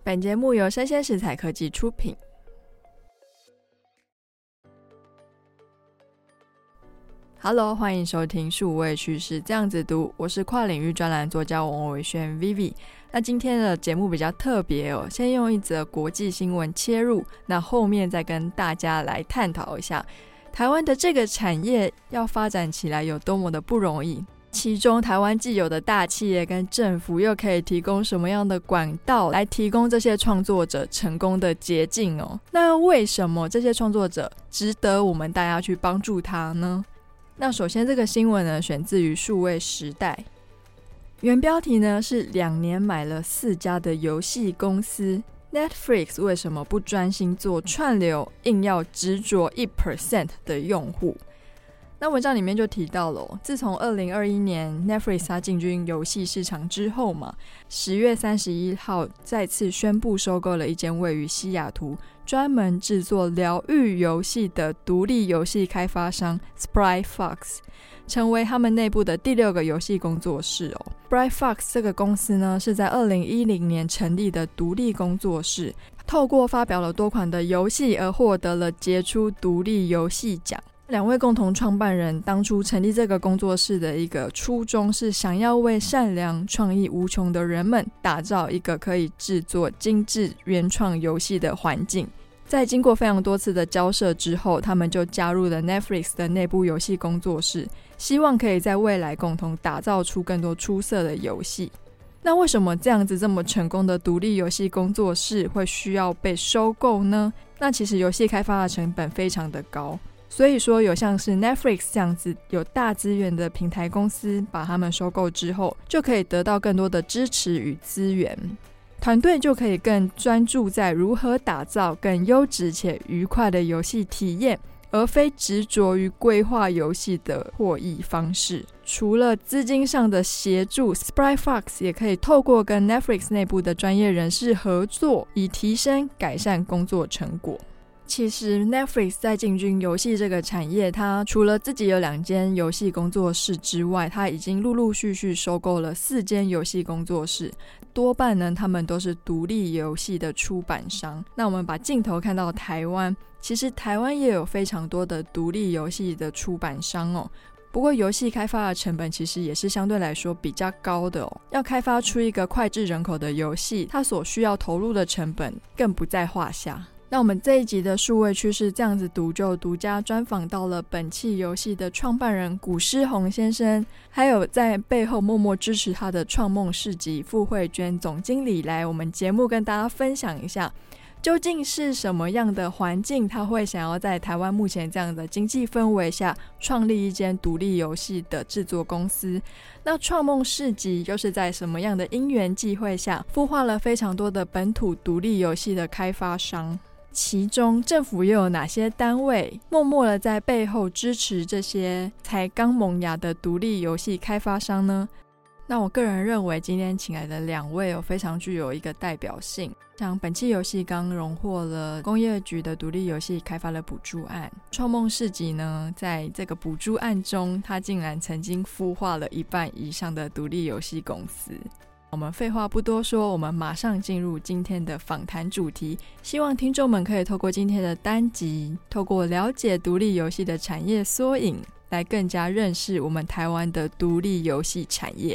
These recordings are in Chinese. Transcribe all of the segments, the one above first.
本节目由生鲜食材科技出品。Hello， 欢迎收听数位趋势这样子读，我是跨领域专栏作家王伟轩 Vivi。那今天的节目比较特别哦，先用一则国际新闻切入，那后面再跟大家来探讨一下台湾的这个产业要发展起来有多么的不容易。其中台湾既有的大企业跟政府又可以提供什么样的管道来提供这些创作者成功的捷径哦？那为什么这些创作者值得我们大家去帮助他呢？那首先这个新闻呢选自于数位时代，原标题呢是2年买了4家的游戏公司， Netflix 为什么不专心做串流，硬要执着 1% 的用户。那文章里面就提到了自从2021年 Netflix 它进军游戏市场之后嘛，10月31号再次宣布收购了一间位于西雅图专门制作疗愈游戏的独立游戏开发商 Sprite Fox， 成为他们内部的第6个游戏工作室哦。Sprite Fox 这个公司呢是在2010年成立的独立工作室，透过发表了多款的游戏而获得了杰出独立游戏奖。2位共同创办人当初成立这个工作室的一个初衷是想要为善良创意无穷的人们打造一个可以制作精致原创游戏的环境。在经过非常多次的交涉之后，他们就加入了 Netflix 的内部游戏工作室，希望可以在未来共同打造出更多出色的游戏。那为什么这样子这么成功的独立游戏工作室会需要被收购呢？那其实游戏开发的成本非常的高，所以说有像是 Netflix 这样子有大资源的平台公司把他们收购之后，就可以得到更多的支持与资源，团队就可以更专注在如何打造更优质且愉快的游戏体验，而非执着于规划游戏的获益方式。除了资金上的协助， Sprite Fox 也可以透过跟 Netflix 内部的专业人士合作，以提升改善工作成果。其实 Netflix 在进军游戏这个产业，它除了自己有2间游戏工作室之外，它已经陆陆续续收购了4间游戏工作室，多半呢他们都是独立游戏的出版商。那我们把镜头看到台湾，其实台湾也有非常多的独立游戏的出版商哦。不过游戏开发的成本其实也是相对来说比较高的哦，要开发出一个脍炙人口的游戏，它所需要投入的成本更不在话下。那我们这一集的数位趋势这样子读就独家专访到了本气游戏的创办人古诗宏先生，还有在背后默默支持他的创梦市集傅慧娟总经理，来我们节目跟大家分享一下究竟是什么样的环境他会想要在台湾目前这样的经济氛围下创立一间独立游戏的制作公司。那创梦市集又是在什么样的因缘际会下孵化了非常多的本土独立游戏的开发商，其中政府又有哪些单位默默的在背后支持这些才刚萌芽的独立游戏开发商呢？那我个人认为今天请来的2位非常具有一个代表性，像本气游戏刚荣获了工业局的独立游戏开发的补助案，创梦市集呢在这个补助案中，它竟然曾经孵化了1半以上的独立游戏公司。我们废话不多说，我们马上进入今天的访谈主题。希望听众们可以透过今天的单集，透过了解独立游戏的产业缩影，来更加认识我们台湾的独立游戏产业。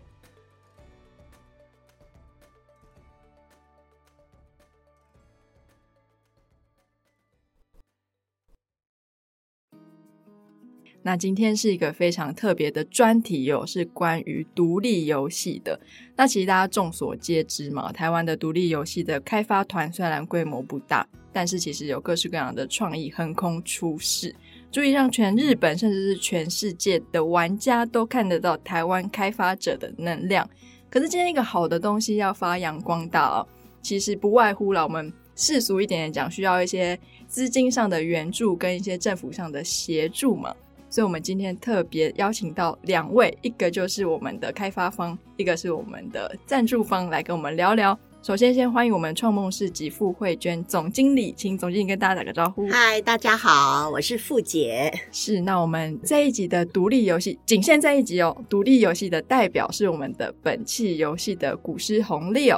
那今天是一个非常特别的专题哦，是关于独立游戏的。那其实大家众所皆知嘛，台湾的独立游戏的开发团虽然规模不大，但是其实有各式各样的创意横空出世，足以让全日本甚至是全世界的玩家都看得到台湾开发者的能量。可是今天一个好的东西要发扬光大哦，其实不外乎了我们世俗一点点讲，需要一些资金上的援助跟一些政府上的协助嘛。所以我们今天特别邀请到2位，一个就是我们的开发方，一个是我们的赞助方，来跟我们聊聊。首先先欢迎我们创梦市集傅慧娟总经理，请总经理跟大家打个招呼。 嗨，大家好，我是傅姐。 是，那我们这一集的独立游戏，仅限这一集哦，独立游戏的代表是我们的本气游戏的古诗宏Leo。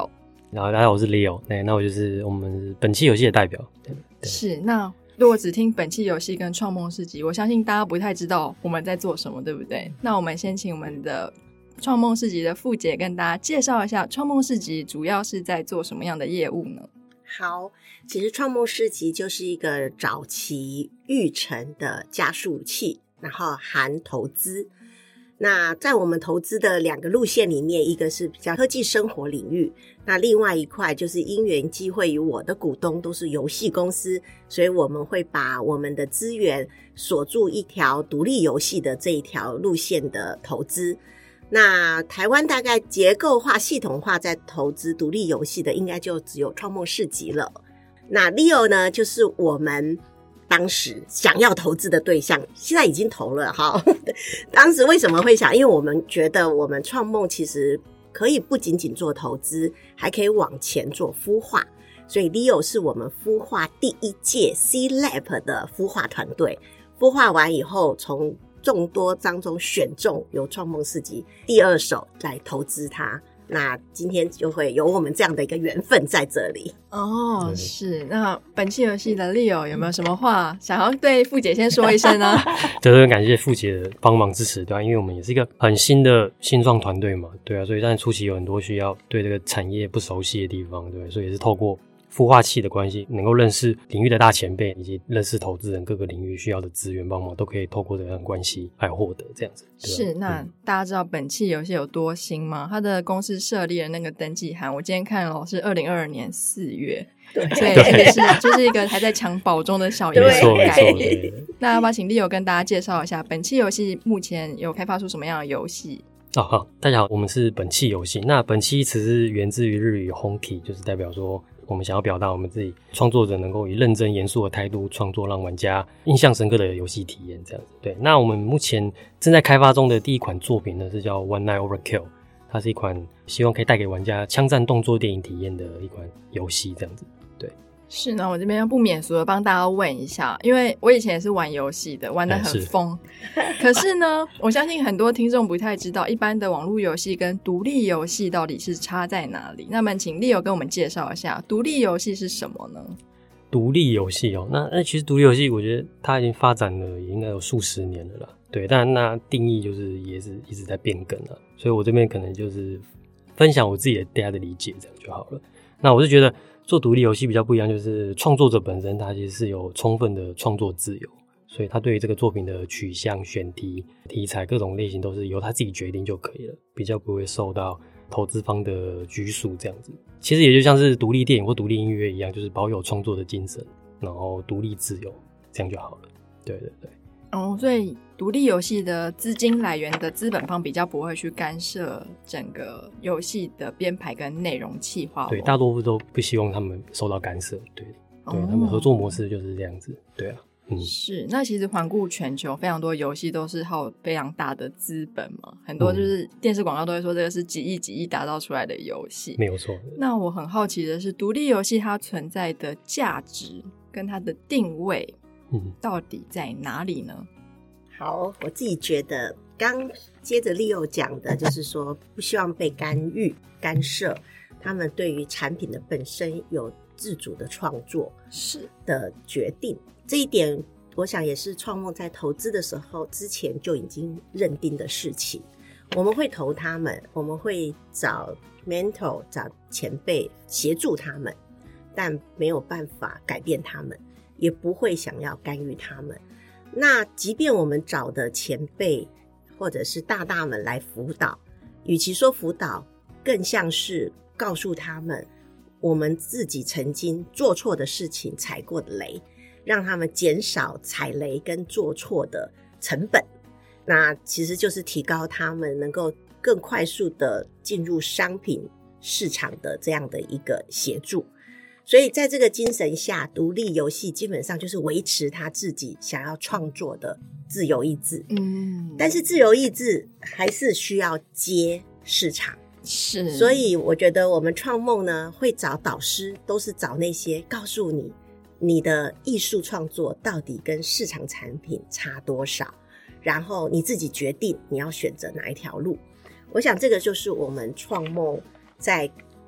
然后大家好，我是 Leo， 那我就是我们本期游戏的代表。对， 是，那如果只听本期游戏跟创梦市集，我相信大家不太知道我们在做什么，对不对？那我们先请我们的创梦市集的傅姐跟大家介绍一下创梦市集主要是在做什么样的业务呢？ 好，其实创梦市集就是一个早期育成的加速器，然后含投资。那在我们投资的2个路线里面，一个是比较科技生活领域，那另外一块就是因缘机会，与我的股东都是游戏公司，所以我们会把我们的资源锁住一条独立游戏的这一条路线的投资。那台湾大概结构化系统化在投资独立游戏的应该就只有创梦市集了。那 Leo 呢，就是我们当时想要投资的对象，现在已经投了哈。当时为什么会想？因为我们觉得我们创梦其实可以不仅仅做投资，还可以往前做孵化，所以 Leo 是我们孵化第1届 C-Lab 的孵化团队。孵化完以后，从众多当中选中由创梦市集第2手来投资它。那今天就会有我们这样的一个缘分在这里哦。是，那本期游戏的 Leo 有没有什么话想要对傅姐先说一声呢？ 就是感谢傅姐的帮忙支持，对吧？因为我们也是一个很新的新创团队嘛，对啊，所以当然初期有很多需要对这个产业不熟悉的地方，对，所以也是透过孵化器的关系，能够认识领域的大前辈，以及认识投资人各个领域需要的资源帮忙，都可以透过这样关系来获得这样子。 是，那大家知道本期游戏有多新吗？它的公司设立的那个登记函，我今天看了是2022年4月，对，所以这个是就是一个还在襁褓中的小游戏概念。那要不要请 Leo 跟大家介绍一下本期游戏目前有开发出什么样的游戏？ 好，大家好，我们是本期游戏。那本期词是源自于日语 Honki， 就是代表说我们想要表达我们自己创作者能够以认真严肃的态度创作，让玩家印象深刻的游戏体验这样子。对，那我们目前正在开发中的第一款作品呢，是叫 One Night Overkill， 它是一款希望可以带给玩家枪战动作电影体验的一款游戏这样子。对， 是呢，我这边要不免俗的帮大家问一下，因为我以前也是玩游戏的，玩得很疯。可是呢，我相信很多听众不太知道一般的网络游戏跟独立游戏到底是差在哪里。那么请 Leo 跟我们介绍一下独立游戏是什么呢？ 独立游戏哦，那其实独立游戏我觉得它已经发展了也应该有数十年了啦。对，但那定义就是也是一直在变更了，所以我这边可能就是分享我自己的大家的理解这样就好了。那我是觉得做独立游戏比较不一样，就是创作者本身他其实是有充分的创作自由，所以他对于这个作品的取向、选题、题材各种类型都是由他自己决定就可以了，比较不会受到投资方的拘束这样子。其实也就像是独立电影或独立音乐一样，就是保有创作的精神，然后独立自由，这样就好了。对对对。 哦，所以独立游戏的资金来源的资本方比较不会去干涉整个游戏的编排跟内容企划。 对，大多数都不希望他们受到干涉。对，他们合作模式就是这样子。对啊。 是，那其实环顾全球，非常多游戏都是耗非常大的资本嘛，很多就是电视广告都会说这个是几亿打造出来的游戏， 没有错。 那我很好奇的是，独立游戏它存在的价值跟它的定位，到底在哪里呢？ 好，我自己觉得，刚接着 Leo 讲的，就是说不希望被干涉，他们对于产品的本身有自主的创作是的决定。这一点我想也是创梦在投资的时候之前就已经认定的事情。我们会投他们，我们会找 mentor 找前辈协助他们，但没有办法改变他们，也不会想要干预他们。那即便我们找的前辈或者是大大们来辅导，与其说辅导，更像是告诉他们我们自己曾经做错的事情，踩过的雷，让他们减少踩雷跟做错的成本。那其实就是提高他们能够更快速的进入商品市场的这样的一个协助。所以在这个精神下，独立游戏基本上就是维持他自己想要创作的自由意志。但是自由意志还是需要接市场。 是， 所以我觉得我们创梦呢，会找导师，都是找那些告诉你的艺术创作到底跟市场产品差多少，然后你自己决定你要选择哪一条路。我想这个就是我们创梦在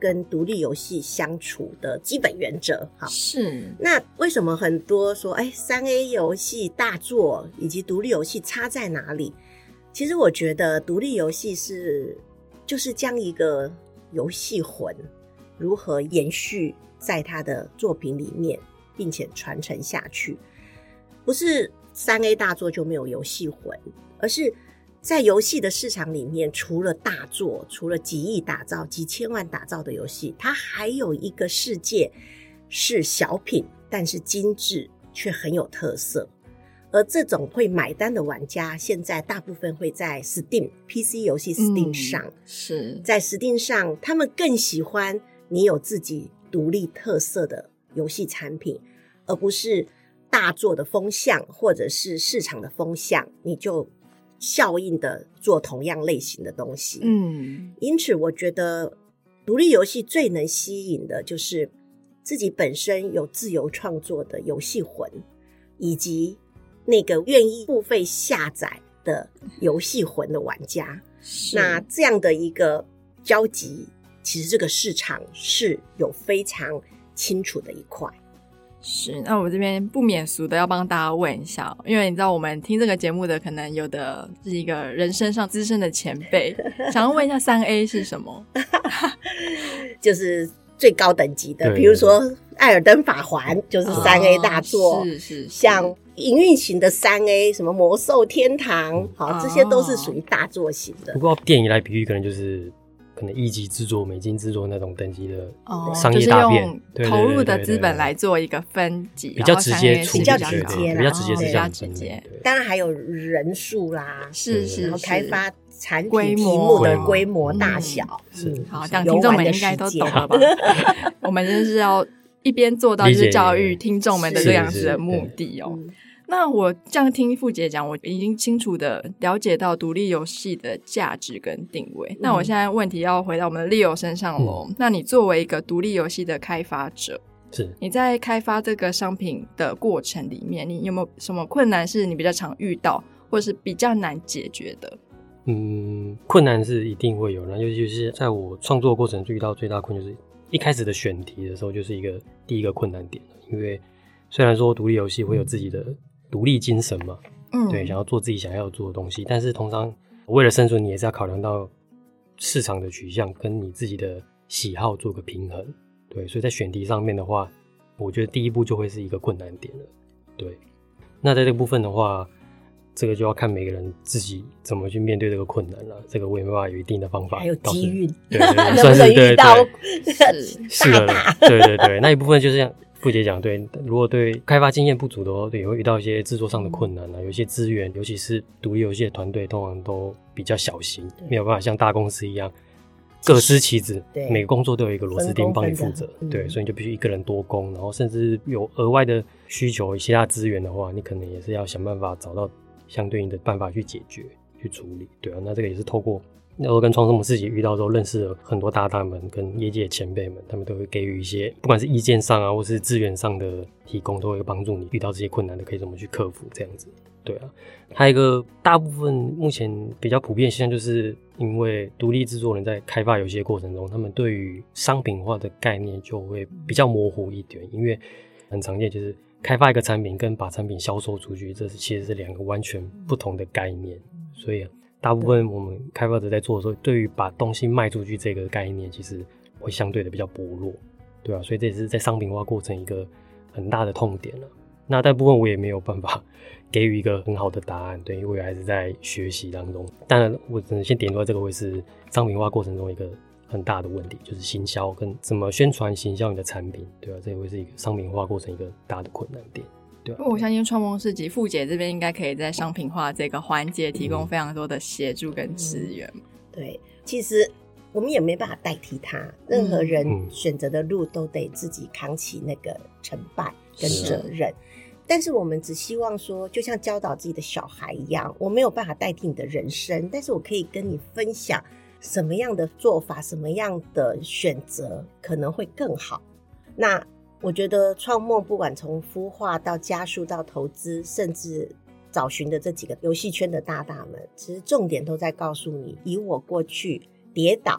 跟独立游戏相处的基本原则。好， 是。 那为什么很多说3A 游戏大作以及独立游戏差在哪里？其实我觉得独立游戏就是将一个游戏魂如何延续在他的作品里面，并且传承下去。不是 3A 大作就没有游戏魂，而是在游戏的市场里面，除了大作，除了几亿打造、几千万打造的游戏，它还有一个世界是小品，但是精致却很有特色。而这种会买单的玩家，现在大部分会在 Steam PC 游戏 Steam 上， 是在 Steam 上，他们更喜欢你有自己独立特色的游戏产品，而不是大作的风向或者是市场的风向，你就效应的做同样类型的东西。因此我觉得独立游戏最能吸引的就是自己本身有自由创作的游戏魂，以及那个愿意付费下载的游戏魂的玩家。那这样的一个交集，其实这个市场是有非常清楚的一块。 是，那我这边不免俗的要帮大家问一下，因为你知道我们听这个节目的可能有的是一个人生上资深的前辈，想要问一下 3A 是什么？ 就是最高等级的，比如说艾尔登法环就是 3A 大作， 是像营运型的 3A 什么魔兽天堂，好，这些都是属于大作型的。 不过电影来比喻，可能就是可能1级制作、美金制作那种等级的商业大片， 就是用投入的资本来做一个分级， 比较直接比较直接啦， 比较直接是这样子。 当然还有人数啦， 是然后开发产品题目的规模大小。 好，这样听众们应该都懂了吧？我们就是要一边做到就是教育听众们的这样子的目的哦。那我这样听傅姐讲，我已经清楚的了解到独立游戏的价值跟定位。那我现在问题要回到我们的 Leo 身上咯。那你作为一个独立游戏的开发者， 是你在开发这个商品的过程里面，你有没有什么困难是你比较常遇到，或者是比较难解决的？ 困难是一定会有的，尤其是在我创作过程遇到最大困难就是一开始的选题的时候，就是第一个困难点。因为虽然说独立游戏会有自己的独立精神嘛，对，想要做自己想要做的东西，但是通常为了生存，你也是要考量到市场的取向跟你自己的喜好做个平衡，对，所以在选题上面的话，我觉得第一步就会是一个困难点了，对。那在这个部分的话，这个就要看每个人自己怎么去面对这个困难了，这个我也没办法有一定的方法， 还有机遇， 对， 算是遇到是的，对，那一部分就是像傅姐讲，对，如果对开发经验不足的话，对，也会遇到一些制作上的困难有一些资源，尤其是独立游戏的团队通常都比较小型，没有办法像大公司一样各司其职，每个工作都有一个螺丝钉帮你负责，对，所以你就必须一个人多工，然后甚至有额外的需求其他资源的话，你可能也是要想办法找到相对应的办法去解决去处理，对啊，那这个也是透过那时候跟创作自己遇到之后，认识了很多大大们跟业界前辈们，他们都会给予一些不管是意见上或是资源上的提供，都会帮助你遇到这些困难的可以怎么去克服这样子，对啊。还有一个大部分目前比较普遍现象，就是因为独立制作人在开发游戏的过程中，他们对于商品化的概念就会比较模糊一点，因为很常见就是开发一个产品跟把产品销售出去，这其实是两个完全不同的概念，所以大部分我们开发者在做的时候，对于把东西卖出去这个概念其实会相对的比较薄弱，对啊，所以这也是在商品化过程一个很大的痛点了。那大部分我也没有办法给予一个很好的答案，对，因为我还是在学习当中。当然我只能先点出来，这个会是商品化过程中一个很大的问题，就是行销跟怎么宣传行销你的产品，对啊，这也会是一个商品化过程一个大的困难点。对啊， 我相信创梦市集傅姐这边应该可以在商品化这个环节提供非常多的协助跟资源。 对，其实我们也没办法代替他，任何人选择的路都得自己扛起那个成败跟责任。但是我们只希望说，就像教导自己的小孩一样，我没有办法代替你的人生，但是我可以跟你分享什么样的做法，什么样的选择可能会更好。那我觉得创梦不管从孵化到加速到投资，甚至找寻的这几个游戏圈的大大们，其实重点都在告诉你，以我过去跌倒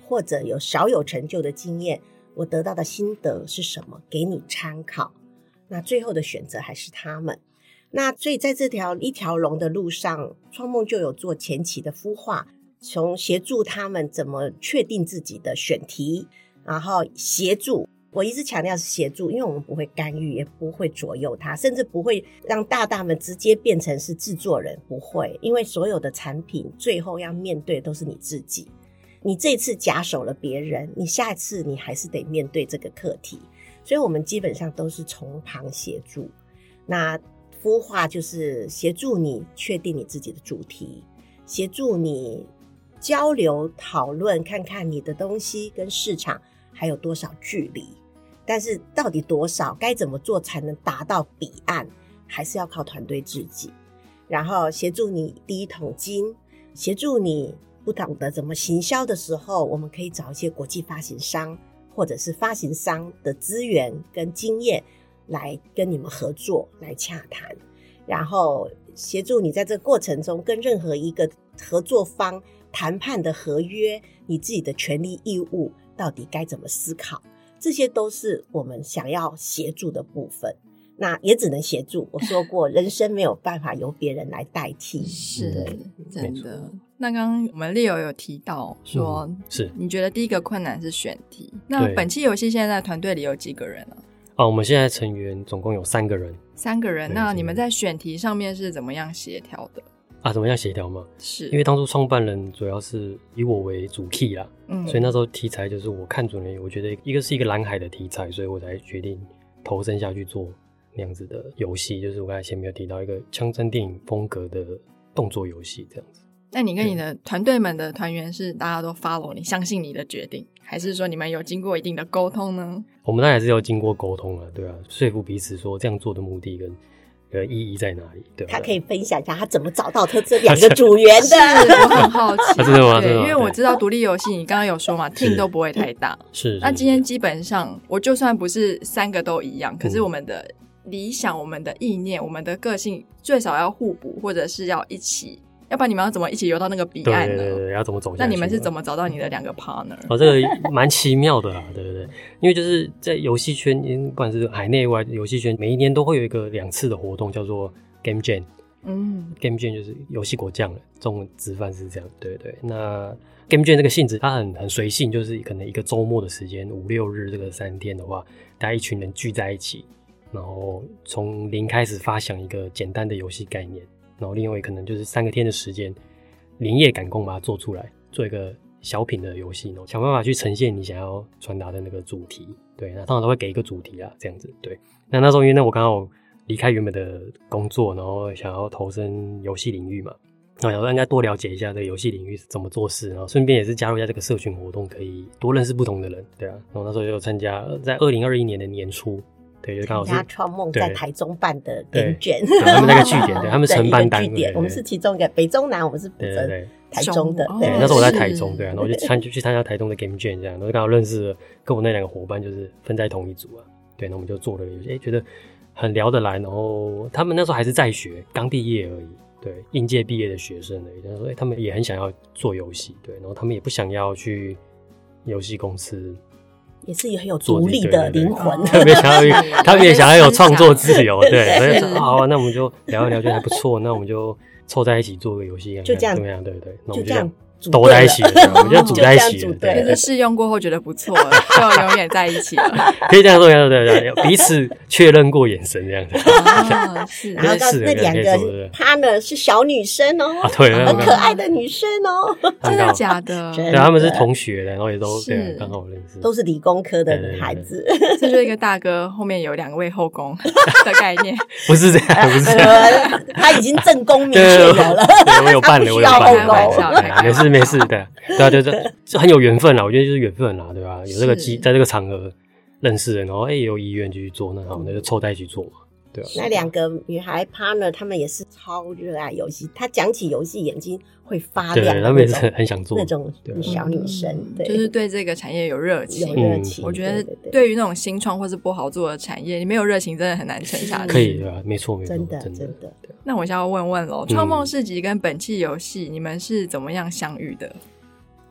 或者有少有成就的经验，我得到的心得是什么，给你参考。那最后的选择还是他们。那所以在这条一条龙的路上，创梦就有做前期的孵化，从协助他们怎么确定自己的选题，然后协助，我一直强调是协助，因为我们不会干预，也不会左右他，甚至不会让大们直接变成是制作人，不会，因为所有的产品最后要面对都是你自己。你这次假手了别人，你下一次你还是得面对这个课题，所以我们基本上都是从旁协助。那孵化就是协助你确定你自己的主题，协助你交流讨论，看看你的东西跟市场还有多少距离，但是到底多少，该怎么做才能达到彼岸，还是要靠团队自己。然后协助你第一桶金，协助你不懂得怎么行销的时候，我们可以找一些国际发行商或者是发行商的资源跟经验来跟你们合作，来洽谈，然后协助你在这个过程中跟任何一个合作方谈判的合约，你自己的权利义务到底该怎么思考，这些都是我们想要协助的部分。那也只能协助，我说过人生没有办法由别人来代替， 是真的。那刚刚我们 Leo 有提到说， 是你觉得第一个困难是选题，那本期游戏现在团队里有几个人啊？ 我们现在成员总共有3个人。 3个人，那你们在选题上面是怎么样协调的？ 怎么样协调吗？ 是因为当初创办人主要是以我为主 key 啦，所以那时候题材就是我看准了，我觉得一个是一个蓝海的题材，所以我才决定投身下去做那样子的游戏，就是我刚才前面有提到一个枪战电影风格的动作游戏这样子。 那你跟你的团队们的团员是大家都 follow 你，相信你的决定，还是说你们有经过一定的沟通呢？我们当然还是要经过沟通了，对啊，说服彼此说这样做的目的跟意义在哪里，对吧？ 他可以分享一下他怎么找到他这2个组员的。 是，我很好奇。 真的吗？ 对，因为我知道独立游戏，你刚刚有说嘛，team 都不会太大。 是。 那今天基本上，我就算不是3个都一样，可是我们的理想、我们的意念、我们的个性，最少要互补，或者是要一起。要不然你们要怎么一起游到那个彼岸呢？ 对，要怎么走下去？ 那你们是怎么找到你的2个 partner？ 这个蛮奇妙的啦，对，因为就是在游戏圈，不管是海内外游戏圈，每一年都会有一个2次的活动，叫做 Game Jam。Game Jam 就是游戏果酱了，中文直翻是这样。对，那 Game Jam 这个性质它很随性，就是可能一个周末的时间，5、6日这个3天的话，大家一群人聚在一起，然后从零开始发想一个简单的游戏概念。然后另外可能就是3个天的时间，连夜赶工把它做出来，做一个小品的游戏，想办法去呈现你想要传达的那个主题。对，那通常都会给一个主题啦，这样子。对，那时候因为我刚好离开原本的工作，然后想要投身游戏领域嘛，然后应该多了解一下这个游戏领域是怎么做事，然后顺便也是加入一下这个社群活动，可以多认识不同的人。对啊，然后那时候就参加在2021年的年初。对，就刚好是创梦在台中办的Game Jam， 他们那个据点，对，他们承办单位， 我们是其中一个，北中南我们是负责台中的。对， 那时候我在台中，对啊，然后就去参加台中的 Game Jam 这样，然后刚好认识了跟我那2个伙伴，就是分在同一组啊。对，那我们就做了游戏，觉得很聊得来，然后他们那时候还是在学，刚毕业而已，对，应届毕业的学生而已。他说，他们也很想要做游戏，对，然后他们也不想要去游戏公司。 也是很有独立的灵魂， 特别想要，他们也想要有创作自由，对，所以说好啊，那我们就聊一聊，觉得还不错，那我们就凑在一起做个游戏， 就这样， 怎么样？对，那我们就这样都在一起了，我们就组在一起了， 对，就是试用过后觉得不错了，就永远在一起了， 可以这样说，对，彼此确认过眼神这样子。 是， 然后那2个 partner 是小女生哦， 对， 很可爱的女生哦， 真的假的？ 对，他们是同学的，然后也都对，刚好认识， 都是理工科的女孩子。 这就是一个大哥后面有2位后宫的概念， 不是这样，不是这样， 他已经正宫明确有了， 对，我有办了，我有办了， 没事，对啊，就很有缘分啦，我觉得就是缘分啦，对吧？有这个在这个场合认识人，然后也有意愿继续做，那好，那就凑在一起做嘛。对啊， 那2个女孩 partner 她们也是超热爱游戏，她讲起游戏眼睛会发亮， 对，她们也是很想做那种小女生，对， 就是对这个产业有热情。我觉得对于那种新创或是不好做的产业，你没有热情真的很难撑下去。 可以，对吧？没错， 真的。 那我想要问咯，创梦市集跟本期游戏你们是怎么样相遇的？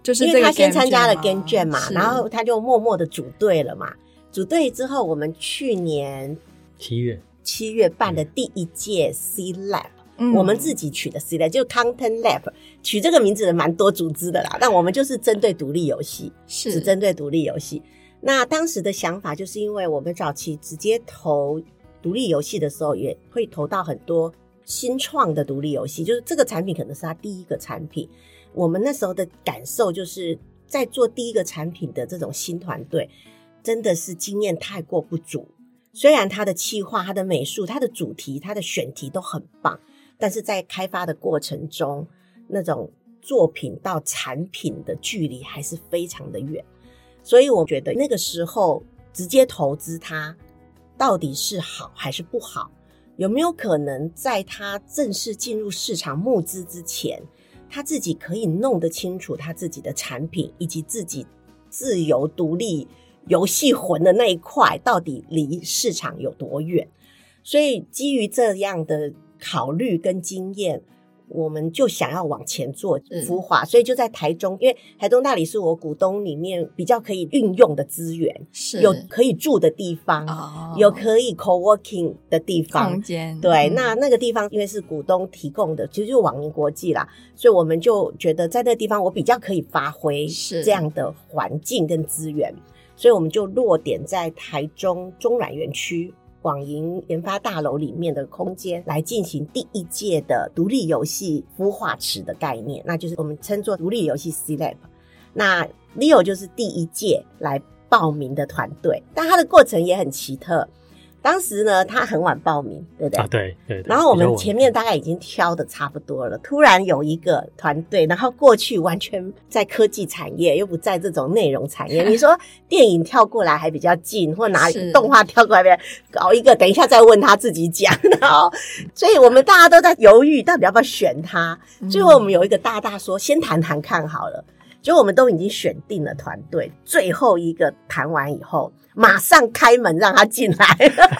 就是这个 game jam 吗， 因为他先参加了 Game Jam 嘛，然后他就默默的组队了嘛。组队之后，我们去年7月办的第一届 C Lab，我们自己取的 C Lab 就 Content Lab， 取这个名字的蛮多组织的啦，但我们就是针对独立游戏，是针对独立游戏。那当时的想法就是因为我们早期直接投独立游戏的时候，也会投到很多新创的独立游戏，就是这个产品可能是他第一个产品。我们那时候的感受就是在做第一个产品的这种新团队真的是经验太过不足，虽然它的企划、它的美术、它的主题、它的选题都很棒，但是在开发的过程中，那种作品到产品的距离还是非常的远。所以我觉得那个时候直接投资它到底是好还是不好，有没有可能在它正式进入市场募资之前，他自己可以弄得清楚他自己的产品以及自己自由独立游戏魂的那一块到底离市场有多远。所以基于这样的考虑跟经验，我们就想要往前做孵化，所以就在台中，因为台中大理是我股东里面比较可以运用的资源，是有可以住的地方，有可以 co-working 的地方空间， 对，那个地方因为是股东提供的，其实就网银国际啦，所以我们就觉得在那个地方我比较可以发挥这样的环境跟资源，所以我们就落点在台中中软园区网银研发大楼里面的空间来进行第一届的独立游戏孵化池的概念，那就是我们称作独立游戏 C Lab。 那 Leo 就是第一届来报名的团队，但他的过程也很奇特。当时呢他很晚报名，对不对？ 对。 然后我们前面大概已经挑的差不多了，突然有一个团队，然后过去完全在科技产业，又不在这种内容产业。你说电影跳过来还比较近，或哪里动画跳过来搞一个，等一下再问他自己讲。然后，所以我们大家都在犹豫，到底要不要选他。最后我们有一个大说，先谈谈看好了。结果我们都已经选定了团队，最后一个谈完以后，马上开门让他进来。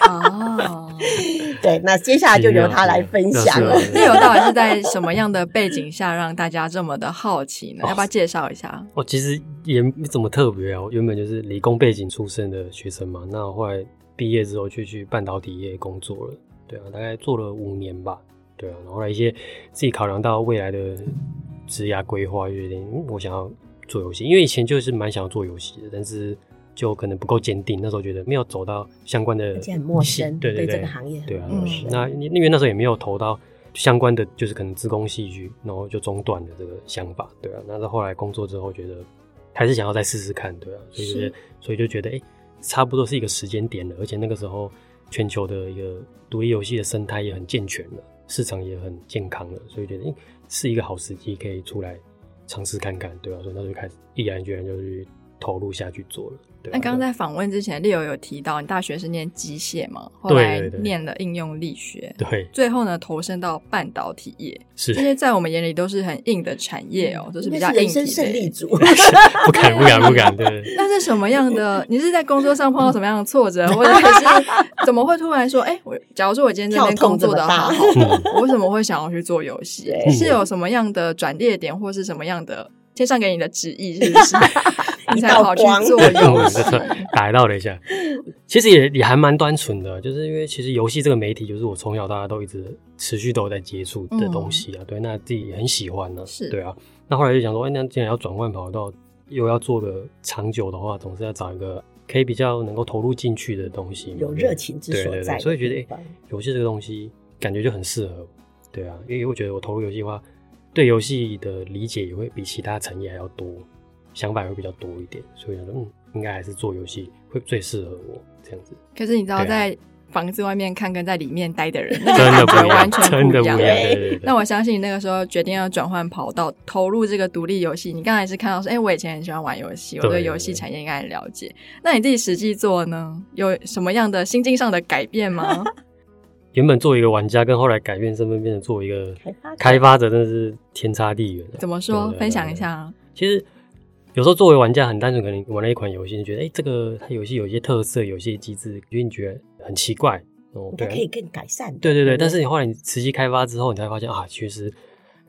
对，那接下来就由他来分享了。 那有到底是在什么样的背景下让大家这么的好奇呢？要不要介绍一下？ 其实也没怎么特别啊，我原本就是理工背景出身的学生嘛，那我后来毕业之后就去半导体业工作了，对啊，大概做了5年吧，对啊，然后后来一些自己考量到未来的职涯规划，就有点我想要做游戏，因为以前就是蛮想要做游戏的，但是就可能不够坚定，那时候觉得没有走到相关的， 而且很陌生， 对这个行业很陌生。那因为那时候也没有投到相关的，就是可能资工戏剧，然后就中断了这个想法，对啊。那到后来工作之后，觉得还是想要再试试看，对啊，所以就觉得差不多是一个时间点了，而且那个时候全球的一个独立游戏的生态也很健全了，市场也很健康了，所以觉得是一个好时机可以出来尝试看看，对吧？所以那就开始毅然决然就去投入下去做了。 那刚刚在访问之前，Leo有提到你大学是念机械嘛，后来念了应用力学， 对， 最后呢投身到半导体业， 是这些在我们眼里都是很硬的产业哦，都是比较硬人生胜利组。 不敢，对。 那是什么样的？你是在工作上碰到什么样的挫折，或者是怎么会突然说，假如说我今天这边工作的好，我为什么会想要去做游戏？是有什么样的转捩点，或是什么样的天上给你的旨意，是不是？你才跑去做游戏？ 打到了一下，其实也还蛮单纯的，就是因为其实游戏这个媒体，就是我从小到大都一直持续都有在接触的东西啊，对，那自己也很喜欢呢，对啊。那后来就想说，那既然要转换跑道，又要做个长久的话，总是要找一个可以比较能够投入进去的东西， 有热情之所在。 对，所以觉得游戏这个东西感觉就很适合，对啊，因为我觉得我投入游戏的话，对游戏的理解也会比其他产业还要多，想法也会比较多一点，所以想说应该还是做游戏会最适合我这样子。 可是你知道在房子外面看跟在里面待的人真的不一样， 完全不一样。 对。 那我相信你那个时候决定要转换跑道，投入这个独立游戏。你刚才是看到说，我以前很喜欢玩游戏，我对游戏产业应该很了解。那你自己实际做呢，有什么样的心境上的改变吗？ 原本作为一个玩家，跟后来改变身份变成作为一个开发者，真的是天差地远。 怎么说？分享一下。 其实有时候作为玩家很单纯，可能玩了一款游戏，你觉得这个它游戏有一些特色，有一些机制，因为你觉得很奇怪， 它可以更改善。 对。但是你后来你实际开发之后，你才会发现其实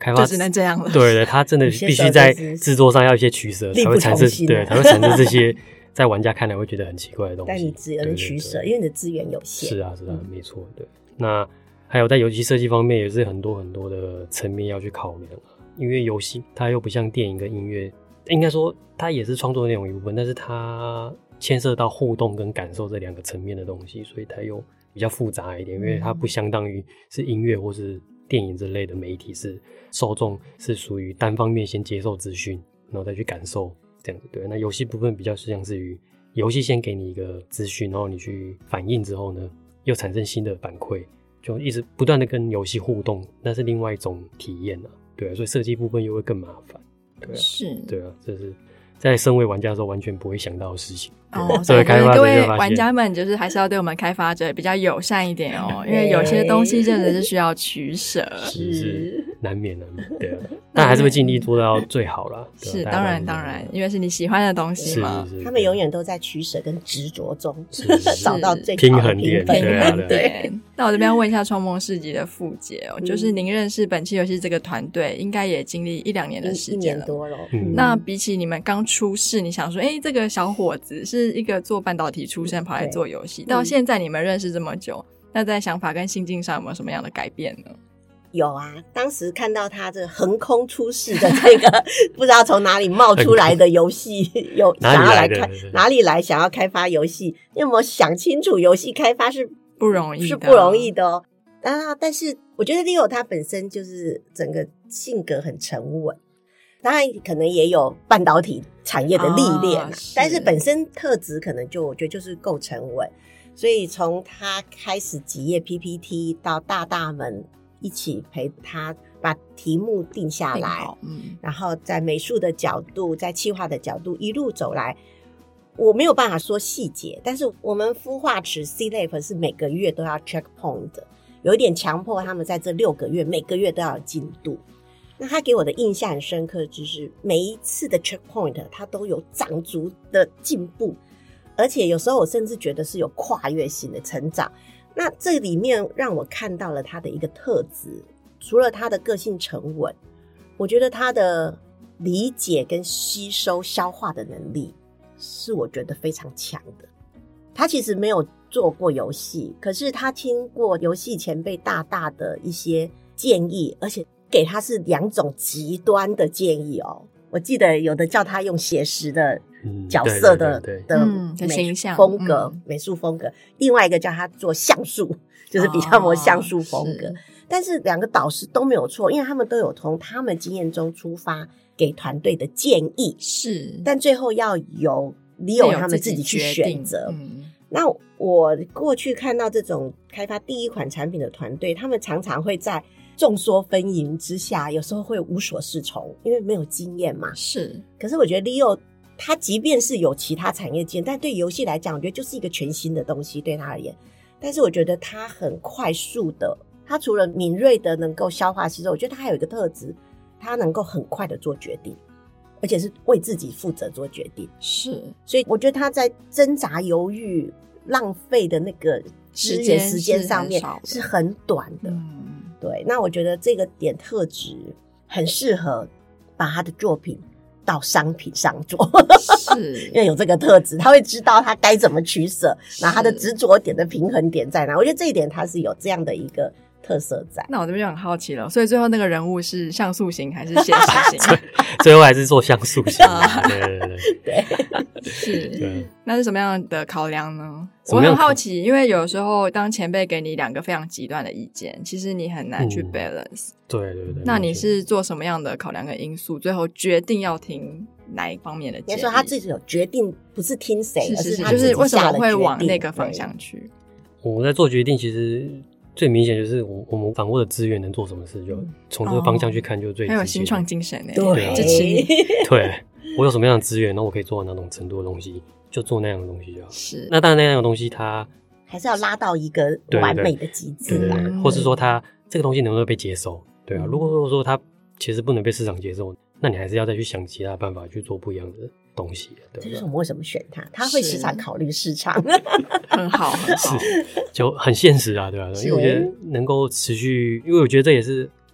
开发就只能这样了。 对对，它真的必须在制作上要一些取舍，才会产生对，才会产生这些在玩家看来会觉得很奇怪的东西。 但你只能取舍，因为你的资源有限。 是啊，没错。对，那还有在游戏设计方面也是很多的层面要去考量，因为游戏它又不像电影跟音乐，应该说它也是创作内容一部分，但是它牵涉到互动跟感受这两个层面的东西，所以它又比较复杂一点，因为它不相当于是音乐或是电影之类的媒体，是受众是属于单方面先接受资讯，然后再去感受这样子。对，那游戏部分比较像是于游戏先给你一个资讯，然后你去反应之后呢，又产生新的反馈，就一直不断的跟游戏互动，那是另外一种体验啊。对啊，所以设计部分又会更麻烦。对啊， 是， 对啊，这是在身为玩家的时候完全不会想到的事情。 所以各位玩家们就是还是要对我们开发者比较友善一点哦，因为有些东西真的是需要取舍。 是难免，对啊，但还是会尽力做到最好啦。 是，当然，因为是你喜欢的东西嘛。 他们永远都在取舍跟执着中找到最平衡点。 对。那我这边要问一下创梦市集的傅姐哦，就是您认识本期游戏这个团队，应该也经历1-2年的时间了，1年多了。 那比起你们刚出世，你想说，这个小伙子是一个做半导体出身跑来做游戏，到现在你们认识这么久，那在想法跟心境上有没有什么样的改变呢？ 有啊，当时看到他这横空出世的这个不知道从哪里冒出来的游戏，有想要来看哪里来想要开发游戏，你有没有想清楚游戏开发是不容易的哦。但是我觉得 Leo 他本身就是整个性格很沉稳，当然可能也有半导体产业的历练，但是本身特质可能我觉得就是够沉稳，所以从他开始几页 PPT 到大们一起陪他把题目定下来，然后在美术的角度在企划的角度一路走来，我没有办法说细节，但是我们孵化池 C-Lab 是每个月都要 checkpoint 的，有一点强迫他们在这6个月每个月都要有进度。那他给我的印象很深刻，就是每一次的 checkpoint 他都有长足的进步，而且有时候我甚至觉得是有跨越性的成长。那这里面让我看到了他的一个特质，除了他的个性沉稳，我觉得他的理解跟吸收消化的能力是我觉得非常强的。他其实没有做过游戏，可是他听过游戏前辈大的一些建议，而且给他是2种极端的建议哦。我记得有的叫他用写实的角色的形象风格，美术风格，另外一个叫他做像素，就是比较more像素风格。但是2个导师都没有错，因为他们都有从他们经验中出发给团队的建议， 是， 但最后要由 Leo 他们自己去选择。那我过去看到这种开发第一款产品的团队，他们常常会在众说纷纭之下，有时候会无所适从，因为没有经验嘛。 是， 可是我觉得 Leo 他即便是有其他产业经验，但对游戏来讲，我觉得就是一个全新的东西对他而言。但是我觉得他很快速的，他除了敏锐的能够消化吸收，我觉得他还有一个特质，他能够很快的做决定，而且是为自己负责做决定。 是， 所以我觉得他在挣扎犹豫浪费的那个资源时间上面是很短的。对，那我觉得这个点特质很适合把他的作品到商品上做， 是因为有这个特质，他会知道他该怎么取舍，然后他的执着点的平衡点在哪。我觉得这一点他是有这样的一个特色在。 那我这边就很好奇了，所以最后那个人物是像素型还是写实型？ 最后还是做像素型对， 是。那是什么样的考量呢？我很好奇，因为有时候当前辈给你2个非常极端的意见，其实你很难去 balance。 对。 那你是做什么样的考量跟因素，最后决定要听哪一方面的建议？ 你说他自己有决定，不是听谁，而是他就是为什么会往那个方向去？ 我在做决定，其实最明显就是我们掌握的资源能做什么事，就从这个方向去看，就最很有新创精神对， 支持你。 对，我有什么样的资源，然后我可以做到哪种程度的东西，就做那样的东西就好。 是， 那当然那样的东西它还是要拉到一个完美的极致啦， 或是说它这个东西能不能被接受？对啊，如果说它其实不能被市场接受，那你还是要再去想其他办法去做不一样的东西。对， 这就是我们为什么选它，他会时常考虑市场， 很好， 是就很现实啊，对吧？因为我觉得能够持续，因为我觉得这也是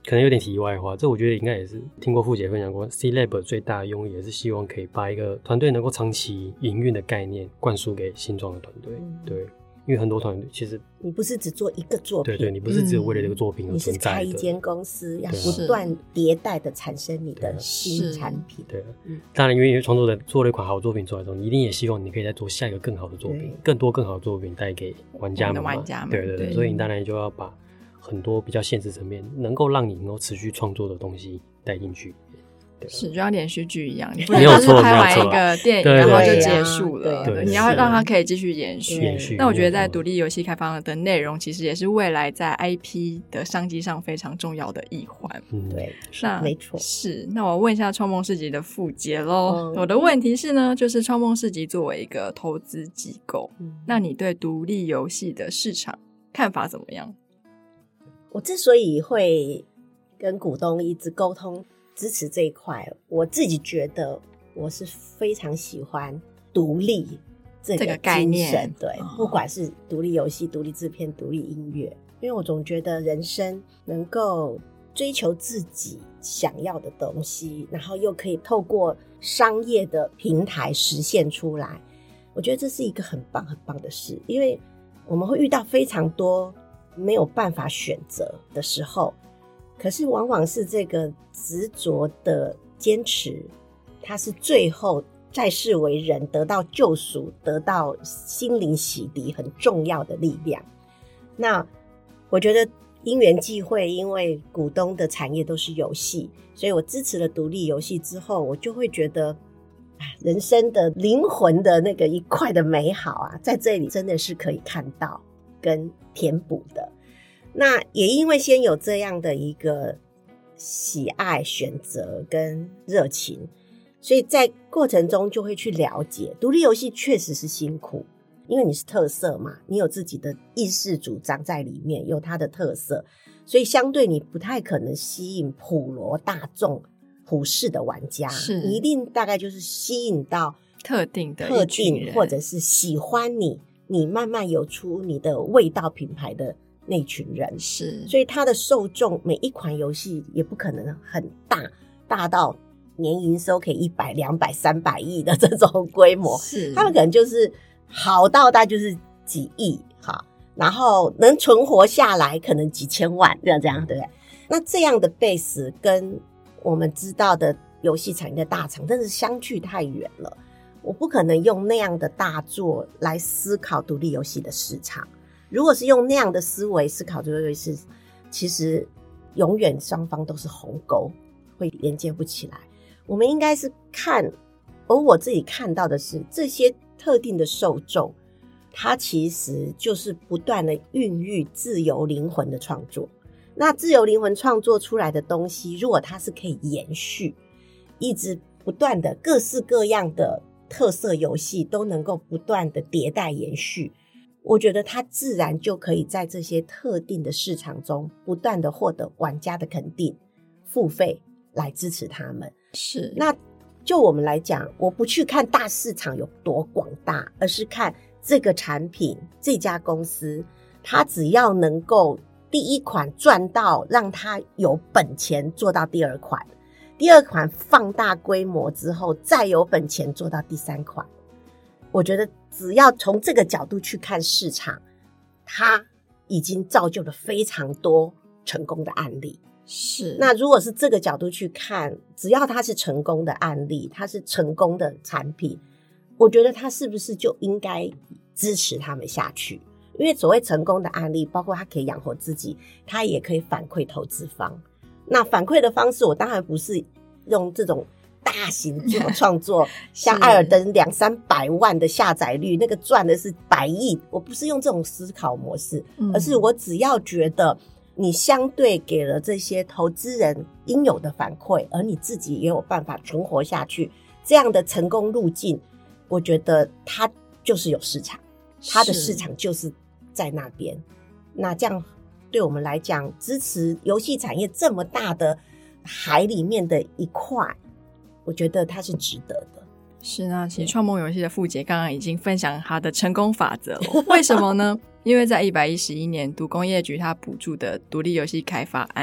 可能有点题外话，这我觉得应该也是听过傅姐分享过 C-Lab 最大的用意也是希望可以把一个团队能够长期营运的概念灌输给新创的团队。对，因为很多团队其实你不是只做一个作品， 对，你不是只有为了这个作品而你是存在的， 开一间公司要不断迭代的产生你的新产品。 对，当然因为创作者做了一款好作品出来之后，你一定也希望你可以再做下一个更好的作品，更多更好的作品带给玩家们嘛。对，所以你当然就要把很多比较现实层面能够让你能够持续创作的东西带进去。 是，就像连续剧一样，你不能就是拍完一个电影然后就结束了，你要让它可以继续延续。那我觉得在独立游戏开发的内容其实也是未来在 IP 的商机上非常重要的一环。 对， 那没错。 是，那我问一下创梦市集的傅姐咯，我的问题是呢，就是创梦市集作为一个投资机构，那你对独立游戏的市场看法怎么样？ 我之所以会跟股东一直沟通支持这一块，我自己觉得我是非常喜欢独立这个概念。 对，不管是独立游戏、独立制片、独立音乐，因为我总觉得人生能够追求自己想要的东西，然后又可以透过商业的平台实现出来，我觉得这是一个很棒很棒的事。因为我们会遇到非常多没有办法选择的时候，可是往往是这个执着的坚持，它是最后在世为人得到救赎，得到心灵洗涤很重要的力量。那我觉得因缘际会，因为股东的产业都是游戏，所以我支持了独立游戏之后，我就会觉得人生的灵魂的那个一块的美好啊，在这里真的是可以看到跟填补的。那也因为先有这样的一个喜爱、选择跟热情，所以在过程中就会去了解独立游戏确实是辛苦，因为你是特色嘛，你有自己的意识主张在里面，有它的特色，所以相对你不太可能吸引普罗大众普世的玩家，你一定大概就是吸引到特定或者是喜欢你慢慢有出你的味道品牌的那群人。 是，所以它的受众每一款游戏也不可能很大到年营收可以100、200、300亿的这种规模，是他们可能就是好到大就是几亿哈，然后能存活下来可能几千万这样对不对？那这样的 base 跟我们知道的游戏产业的大厂真是相距太远了，我不可能用那样的大作来思考独立游戏的市场。如果是用那样的思维思考独立游戏，其实永远双方都是鸿沟，会连接不起来。我们应该是看，而我自己看到的是这些特定的受众，它其实就是不断的孕育自由灵魂的创作。那自由灵魂创作出来的东西，如果它是可以延续，一直不断的各式各样的特色游戏都能够不断的迭代延续，我觉得它自然就可以在这些特定的市场中不断的获得玩家的肯定，付费来支持他们。 是， 那就我们来讲，我不去看大市场有多广大，而是看这个产品这家公司，它只要能够第一款赚到让它有本钱做到第二款，第二款放大规模之后再有本钱做到第三款，我觉得只要从这个角度去看市场，它已经造就了非常多成功的案例。 是， 那如果是这个角度去看，只要它是成功的案例，它是成功的产品，我觉得它是不是就应该支持他们下去？因为所谓成功的案例，包括它可以养活自己，它也可以反馈投资方。那反馈的方式，我当然不是用这种大型创作像艾尔登200-300万的下载率，那个赚的是100亿，我不是用这种思考模式，而是我只要觉得你相对给了这些投资人应有的反馈，而你自己也有办法存活下去，这样的成功路径，我觉得它就是有市场，它的市场就是在那边。那这样对我们来讲，支持游戏产业这么大的海里面的一块，我觉得它是值得的。 是，那其实创梦游戏的傅姐刚刚已经分享她的成功法则了。为什么呢？因为在111年读工业局它补助的独立游戏开发案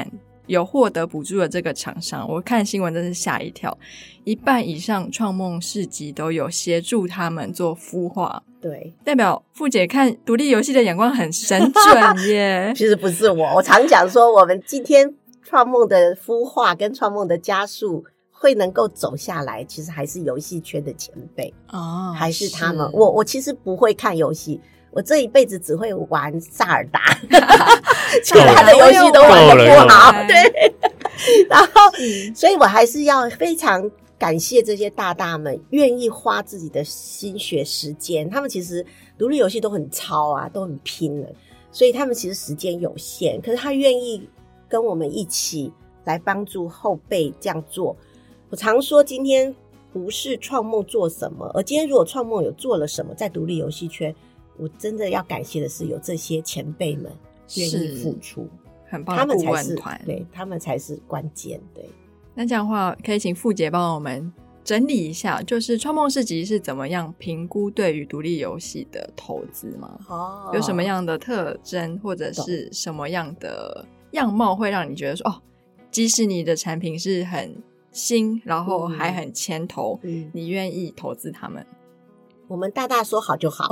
有获得补助的这个厂商，我看新闻真是吓一跳，一半以上创梦市集都有协助他们做孵化。 对， 代表傅姐看独立游戏的眼光很神准耶。 其实不是我常讲说，我们今天创梦的孵化跟创梦的加速会能够走下来，其实还是游戏圈的前辈哦， 还是他们。我其实不会看游戏，我这一辈子只会玩萨尔达，其他的游戏都玩得不好。对，然后所以我还是要非常感谢这些大大们愿意花自己的心血时间，他们其实独立游戏都很超啊，都很拼了，所以他们其实时间有限，可是他愿意跟我们一起来帮助后辈这样做。我常说今天不是创梦做什么，而今天如果创梦有做了什么在独立游戏圈，我真的要感谢的是有这些前辈们愿意付出， 很棒的顾问团， 对，他们才是关键。对， 那这样的话可以请傅姐帮我们整理一下，就是创梦市集是怎么样评估对于独立游戏的投资吗？有什么样的特征或者是什么样的样貌会让你觉得说，即使你的产品是很新然后还很前头，你愿意投资他们？ 我们大大说好就好。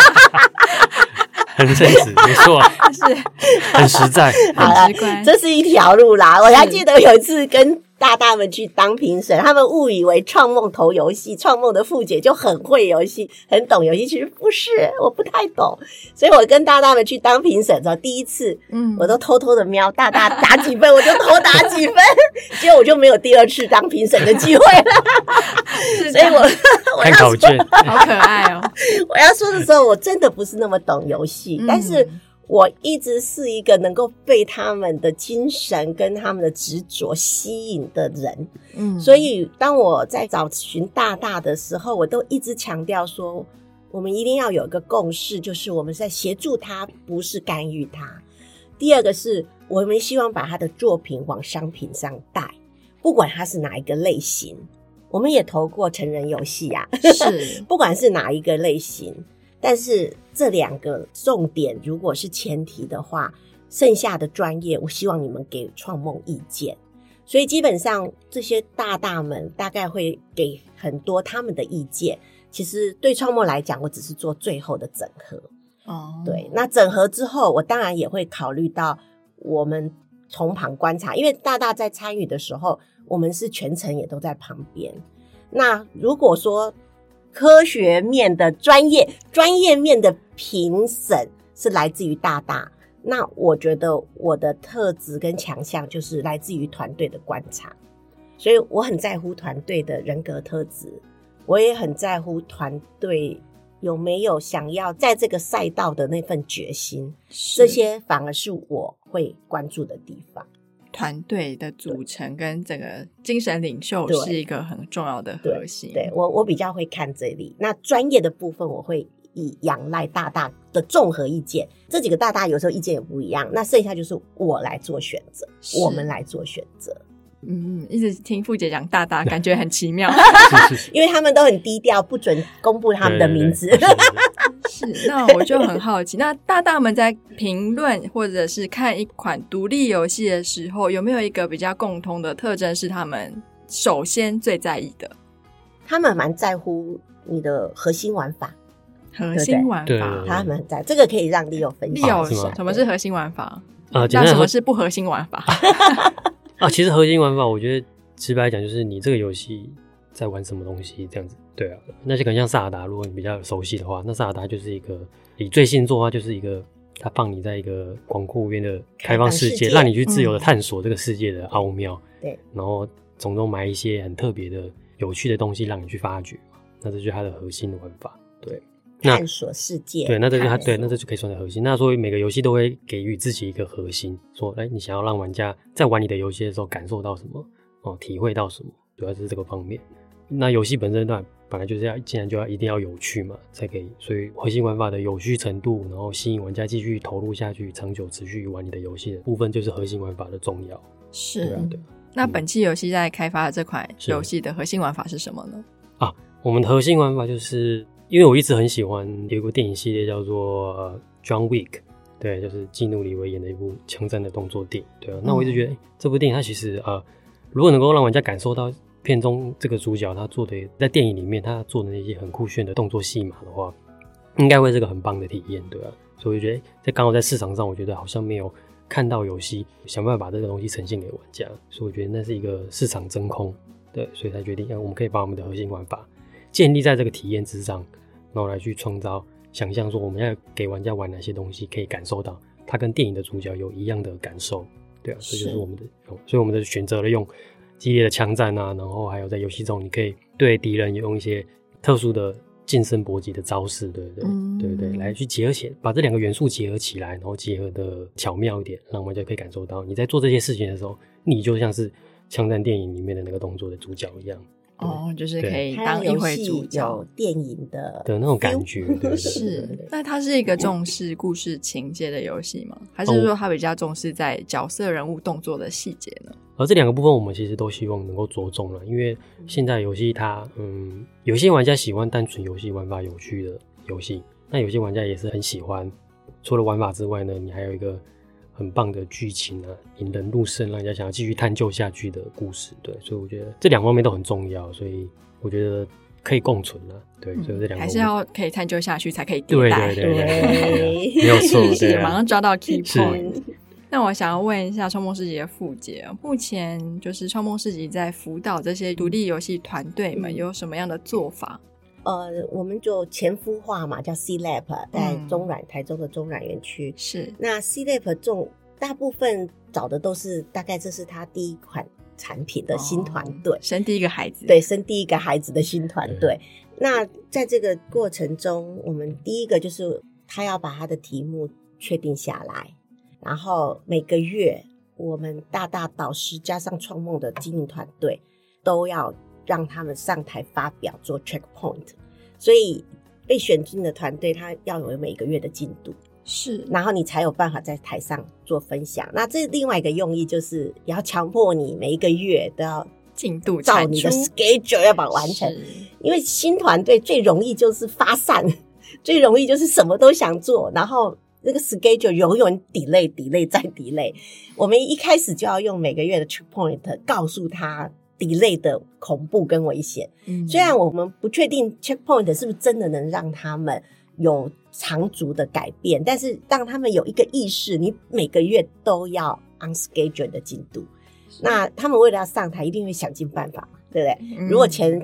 很真实，没错， 是很实在， 很直观， 这是一条路啦。我还记得有一次跟大大们去当评审，他们误以为创梦投游戏，创梦的傅姐就很会游戏，很懂游戏，其实不是，我不太懂。所以我跟大大们去当评审的时候，第一次我都偷偷的瞄大大打几分，我就偷打几分，结果我就没有第二次当评审的机会了。所以我看考卷好可爱哦。 我要说的时候，我真的不是那么懂游戏，但是我一直是一个能够被他们的精神跟他们的执着吸引的人。所以当我在找寻大大的时候，我都一直强调说，我们一定要有一个共识，就是我们在协助他，不是干预他。第二个是我们希望把他的作品往商品上带，不管他是哪一个类型。我们也投过成人游戏啊，是不管是哪一个类型，但是这两个重点如果是前提的话，剩下的专业我希望你们给创梦意见。所以基本上这些大大们大概会给很多他们的意见，其实对创梦来讲，我只是做最后的整合。对，那整合之后，我当然也会考虑到我们从旁观察，因为大大在参与的时候，我们是全程也都在旁边。那如果说科学面的专业面的评审是来自于大大，那我觉得我的特质跟强项就是来自于团队的观察，所以我很在乎团队的人格特质，我也很在乎团队有没有想要在这个赛道的那份决心，这些反而是我会关注的地方。 团队的组成跟整个精神领袖是一个很重要的核心。 对，我比较会看这里。那专业的部分我会以仰赖大大的综合意见，这几个大大有时候意见也不一样，那剩下就是我来做选择，我们来做选择。 一直听傅姐讲大大感觉很奇妙。 因为他们都很低调，不准公布他们的名字。 是，那我就很好奇，那大大们在评论或者是看一款独立游戏的时候，有没有一个比较共通的特征是他们首先最在意的？ 他们蛮在乎你的核心玩法。 核心玩法， 他们在这个可以让 Leo 分享。 Leo，什么是核心玩法？那什么是不核心玩法？ 其实核心玩法，我觉得直白来讲，就是你这个游戏在玩什么东西这样子。对啊，那就可能像萨尔达，如果你比较熟悉的话，那萨尔达就是一个以最新做的话，就是一个它放你在一个广阔无边的开放世界，让你去自由的探索这个世界的奥妙。对，然后从中埋一些很特别的、有趣的东西，让你去发掘。那这就是它的核心的玩法。对， 探索世界。 对，那这就它对，那这就可以算是核心。那所以每个游戏都会给予自己一个核心，说，你想要让玩家在玩你的游戏的时候感受到什么，体会到什么，主要是这个方面。那游戏本身本来就是既然就一定要有趣嘛，才可以。所以核心玩法的有趣程度，然后吸引玩家继续投入下去，长久持续玩你的游戏的部分，就是核心玩法的重要。 是，对。那本期游戏在开发的这款游戏的核心玩法是什么呢？ 我们的核心玩法就是，因为我一直很喜欢有一部电影系列叫做John Wick。 对，就是基努里维演的一部枪战的动作电影，对啊。那我一直觉得，这部电影它其实如果能够让玩家感受到片中这个主角他做的在电影里面他做的那些很酷炫的动作戏码的话，应该会是个很棒的体验，对啊。所以我觉得在刚好在市场上，我觉得好像没有看到游戏想办法把这个东西呈现给玩家，所以我觉得那是一个市场真空，对，所以才决定我们可以把我们的核心玩法建立在这个体验之上，然后来去创造想象说我们要给玩家玩哪些东西可以感受到他跟电影的主角有一样的感受，对啊，这就是我们的，所以我们的选择了用激烈的枪战啊，然后还有在游戏中你可以对敌人用一些特殊的近身搏击的招式，对对对对，来去结合起来，把这两个元素结合起来，然后结合的巧妙一点，让玩家可以感受到你在做这些事情的时候，你就像是枪战电影里面的那个动作的主角一样。 就是可以当一回主角， 有电影的那种感觉，对对对。 是，那它是一个重视故事情节的游戏吗？还是说它比较重视在角色人物动作的细节呢？ 而这两个部分我们其实都希望能够着重了，因为现在游戏它有些玩家喜欢单纯游戏玩法有趣的游戏，那有些玩家也是很喜欢除了玩法之外呢，你还有一个很棒的剧情啊，引人入胜，让人家想要继续探究下去的故事，对，所以我觉得这两方面都很重要，所以我觉得可以共存啊，对，所以这两个还是要可以探究下去才可以迭代， 对对对对，没有错，对啊， 马上抓到 key point。那我想要问一下创梦市集的傅姐，目前就是创梦市集在辅导这些独立游戏团队们有什么样的做法？ 我们就前孵化嘛，叫 C-Lab， 在台中的中软园区。 是， 那 C-Lab 大部分找的都是大概这是他第一款产品的新团队， 生第一个孩子， 对，生第一个孩子的新团队。那在这个过程中，我们第一个就是他要把他的题目确定下来，然后每个月我们大导师加上创梦的经营团队都要让他们上台发表做 checkpoint， 所以被选进的团队他要有每个月的进度， 是， 然后你才有办法在台上做分享。那这另外一个用意就是也要强迫你每一个月都要进度照你的 schedule 要把它完成，因为新团队最容易就是发散，最容易就是什么都想做，然后那个 schedule 永远 delay 再 delay。 我们一开始就要用每个月的 checkpoint 告诉他delay 的恐怖跟危险。虽然我们不确定 checkpoint 是不是真的能让他们有长足的改变，但是让他们有一个意识，你每个月都要 on schedule 的进度。那他们为了要上台一定会想尽办法嘛，对不对？如果前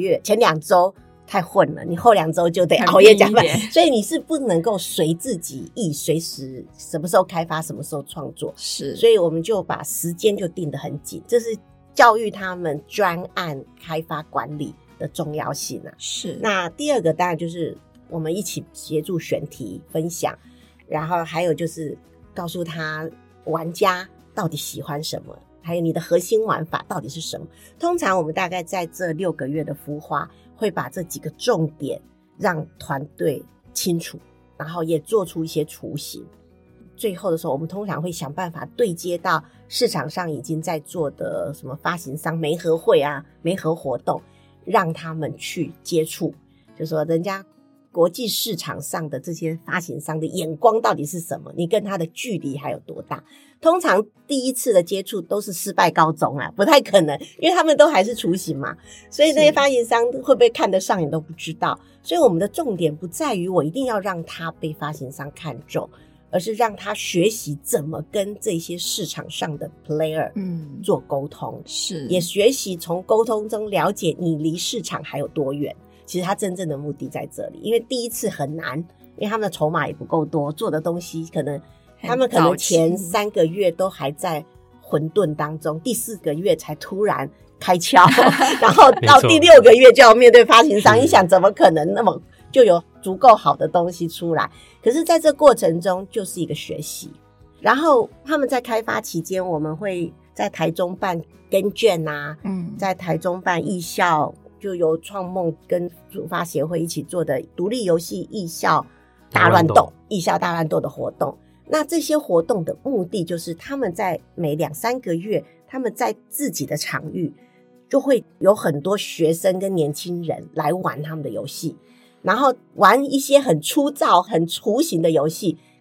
2周太混了，你后2周就得熬夜加班，所以你是不能够随自己意，随时什么时候开发什么时候创作。 是， 所以我们就把时间就定得很紧，这是教育他们专案开发管理的重要性啊。 是。那第二个当然就是我们一起协助选题分享，然后还有就是告诉他玩家到底喜欢什么，还有你的核心玩法到底是什么。通常我们大概在这6个月的孵化会把这几个重点让团队清楚，然后也做出一些雏形。最后的时候我们通常会想办法对接到市场上已经在做的什么发行商媒合会啊、媒合活动，让他们去接触，就说人家国际市场上的这些发行商的眼光到底是什么，你跟他的距离还有多大。通常第一次的接触都是失败告终啊，不太可能，因为他们都还是雏形嘛，所以那些发行商会不会看得上你都不知道。所以我们的重点不在于我一定要让他被发行商看中，而是让他学习怎么跟这些市场上的 player 做沟通，是，也学习从沟通中了解你离市场还有多远。其实他真正的目的在这里，因为第一次很难，因为他们的筹码也不够多，做的东西他们可能前3个月都还在混沌当中，第4个月才突然开窍然后到第6个月就要面对发行商，你想怎么可能那么就有足够好的东西出来。可是在这过程中就是一个学习。然后他们在开发期间，我们会在台中办跟卷啊，在台中办艺校，就由创梦跟主发协会一起做的独立游戏艺校大乱斗的活动。那这些活动的目的就是他们在每2-3个月，他们在自己的场域就会有很多学生跟年轻人来玩他们的游戏，然后玩一些很粗糙很雏形的游戏，可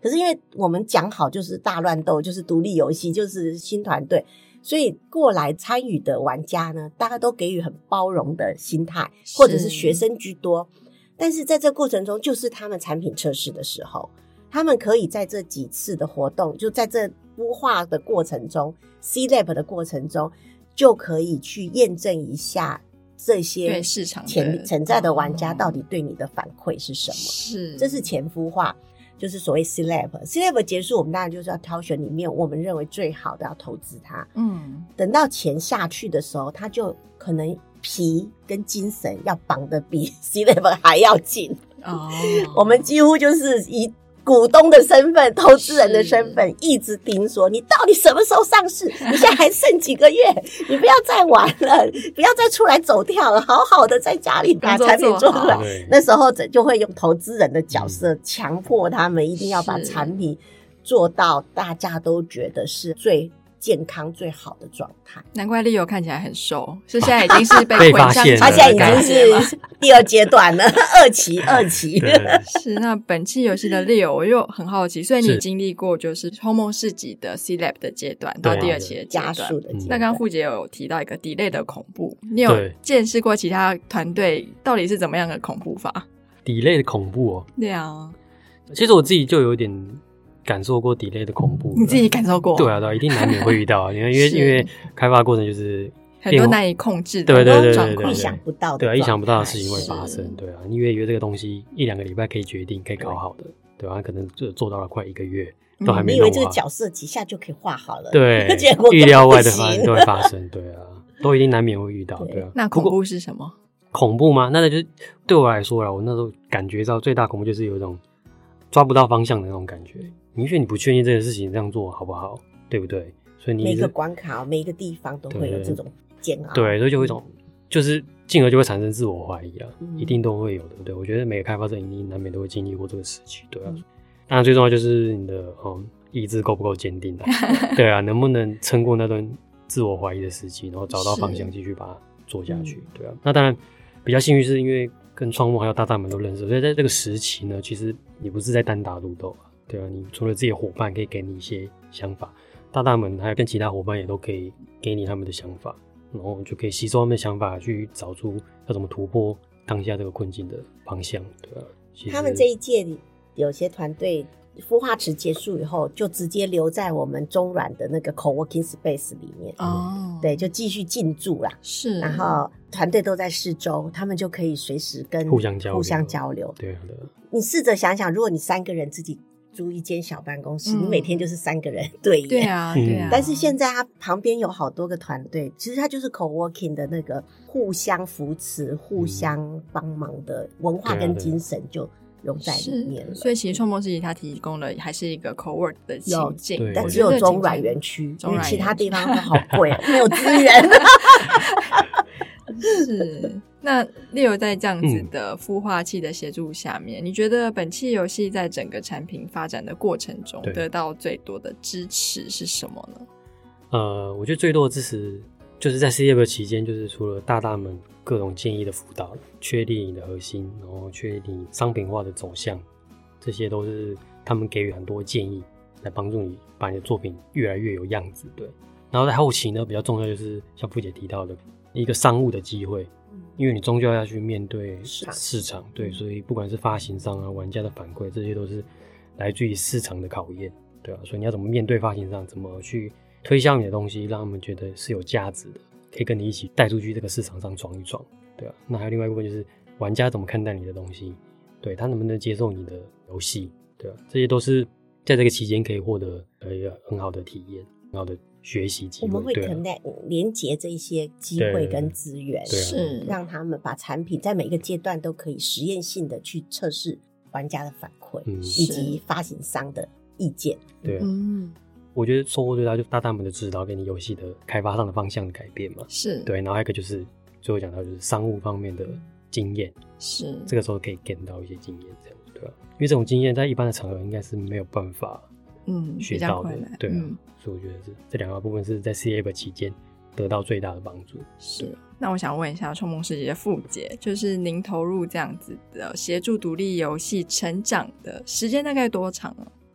可是因为我们讲好就是大乱斗，就是独立游戏，就是新团队，所以过来参与的玩家呢，大家都给予很包容的心态，或者是学生居多。但是在这过程中，就是他们产品测试的时候，他们可以在这几次的活动，就在这孵化的过程中 C-Lab 的过程中，就可以去验证一下这些对市场潜在的玩家到底对你的反馈是什么。 是， 这是前孵化，就是所谓 C-Lab 结束，我们当然就是要挑选里面我们认为最好的，要投资它。等到钱下去的时候，它就可能皮跟精神要绑得比 C-Lab 还要紧。我们几乎就是以股东的身份、投资人的身份一直盯说，你到底什么时候上市？你现在还剩几个月，你不要再玩了，不要再出来走跳了，好好的在家里把产品做出来。那时候就会用投资人的角色强迫他们一定要把产品做到大家都觉得是最健康最好的状态。 难怪 Leo 看起来很瘦，是现在已经是被混发现了， 他现在已经是第二阶段了二期是。那本期游戏的 Leo 我又很好奇，所以你经历过就是鸿蒙市集的 C-Lab 的阶段到第二期的阶段， 加速的阶段。 那刚刚傅姐有提到一个 delay 的恐怖，你有见识过其他团队到底是怎么样的恐怖法？ delay 的恐怖哦， 对啊， 其实我自己就有点感受过 delay 的恐怖。 你自己感受过？ 对啊，一定难免会遇到啊。因为开发过程就是很多难以控制的状况， 意想不到的， 对啊，意想不到的事情会发生。对啊，你以为这个东西1-2个礼拜可以决定，可以搞好的，对啊，可能就做到了快1个月都还没弄好。 你以为这个角色几下就可以画好了， 对， 结果预料外的都会发生。对啊，都一定难免会遇到。对啊， 那恐怖是什么？ 恐怖吗？那就是对我来说啦，我那时候感觉到最大恐怖就是有一种抓不到方向的那种感觉。因为你不确定这个事情这样做好不好，对不对？所以你每个关卡、每一个地方都会有这种煎熬。 对，所以就会一种就是进而就会产生自我怀疑啊，一定都会有的。对，我觉得每个开发者一定难免都会经历过这个时期。对啊，当然最重要就是你的意志够不够坚定啊？对啊，能不能撑过那段自我怀疑的时期，然后找到方向继续把它做下去？对啊，那当然比较幸运是因为跟创梦还有大大们都认识，所以在这个时期呢，其实你不是在单打独斗啊。对啊，你除了自己的伙伴可以给你一些想法，大大们还有跟其他伙伴也都可以给你他们的想法，然后就可以吸收他们的想法，去找出要怎么突破当下这个困境的方向。对啊， 他们这一届里有些团队孵化池结束以后，就直接留在我们中软的那个 coworking space 里面。对，就继续进驻啦。 是， 然后团队都在四周，他们就可以随时跟互相交流。 对啊，你试着想想，如果你3个人自己租一间小办公室，你每天就是3个人对眼。 对啊。 但是现在他旁边有好多个团队，其实他就是 coworking 的那个互相扶持、互相帮忙的文化跟精神就融在里面了。 所以其实创梦世纪它提供的还是一个 cowork 的情境， 但只有中软园区，因为其他地方都好贵，没有资源。 是，那Leo在这样子的孵化器的协助下面，你觉得本期游戏在整个产品发展的过程中得到最多的支持是什么呢？ 我觉得最多的支持就是在 C-Lab 期间，就是除了大大们各种建议的辅导，确立你的核心，然后确立你商品化的走向，这些都是他们给予很多建议来帮助你把你的作品越来越有样子。对，然后在后期呢，比较重要就是像傅姐提到的一个商务的机会，因为你终究要去面对市场，对，所以不管是发行商啊、玩家的反馈，这些都是来自于市场的考验，对啊，所以你要怎么面对发行商，怎么去推销你的东西，让他们觉得是有价值的，可以跟你一起带出去这个市场上闯一闯，对啊。那还有另外一部分就是玩家怎么看待你的东西，对，他能不能接受你的游戏，对啊，这些都是在这个期间可以获得一个很好的体验，很好的学习机会。 我们会连结这一些机会跟资源， 是让他们把产品在每一个阶段都可以实验性的去测试玩家的反馈，以及发行商的意见。 对啊，我觉得收获最大就是大大们的指导，给你游戏的开发上的方向的改变嘛。 是， 对，然后还有一个就是最后讲到就是商务方面的经验， 是这个时候可以 get 到一些经验，这样对吧？因为这种经验在一般的场合应该是没有办法学到的，对啊，所以我觉得是这2个部分是在 C-Lab 期间得到最大的帮助。 是，那我想问一下创梦世纪的傅姐，就是您投入这样子的协助独立游戏成长的时间大概多长啊？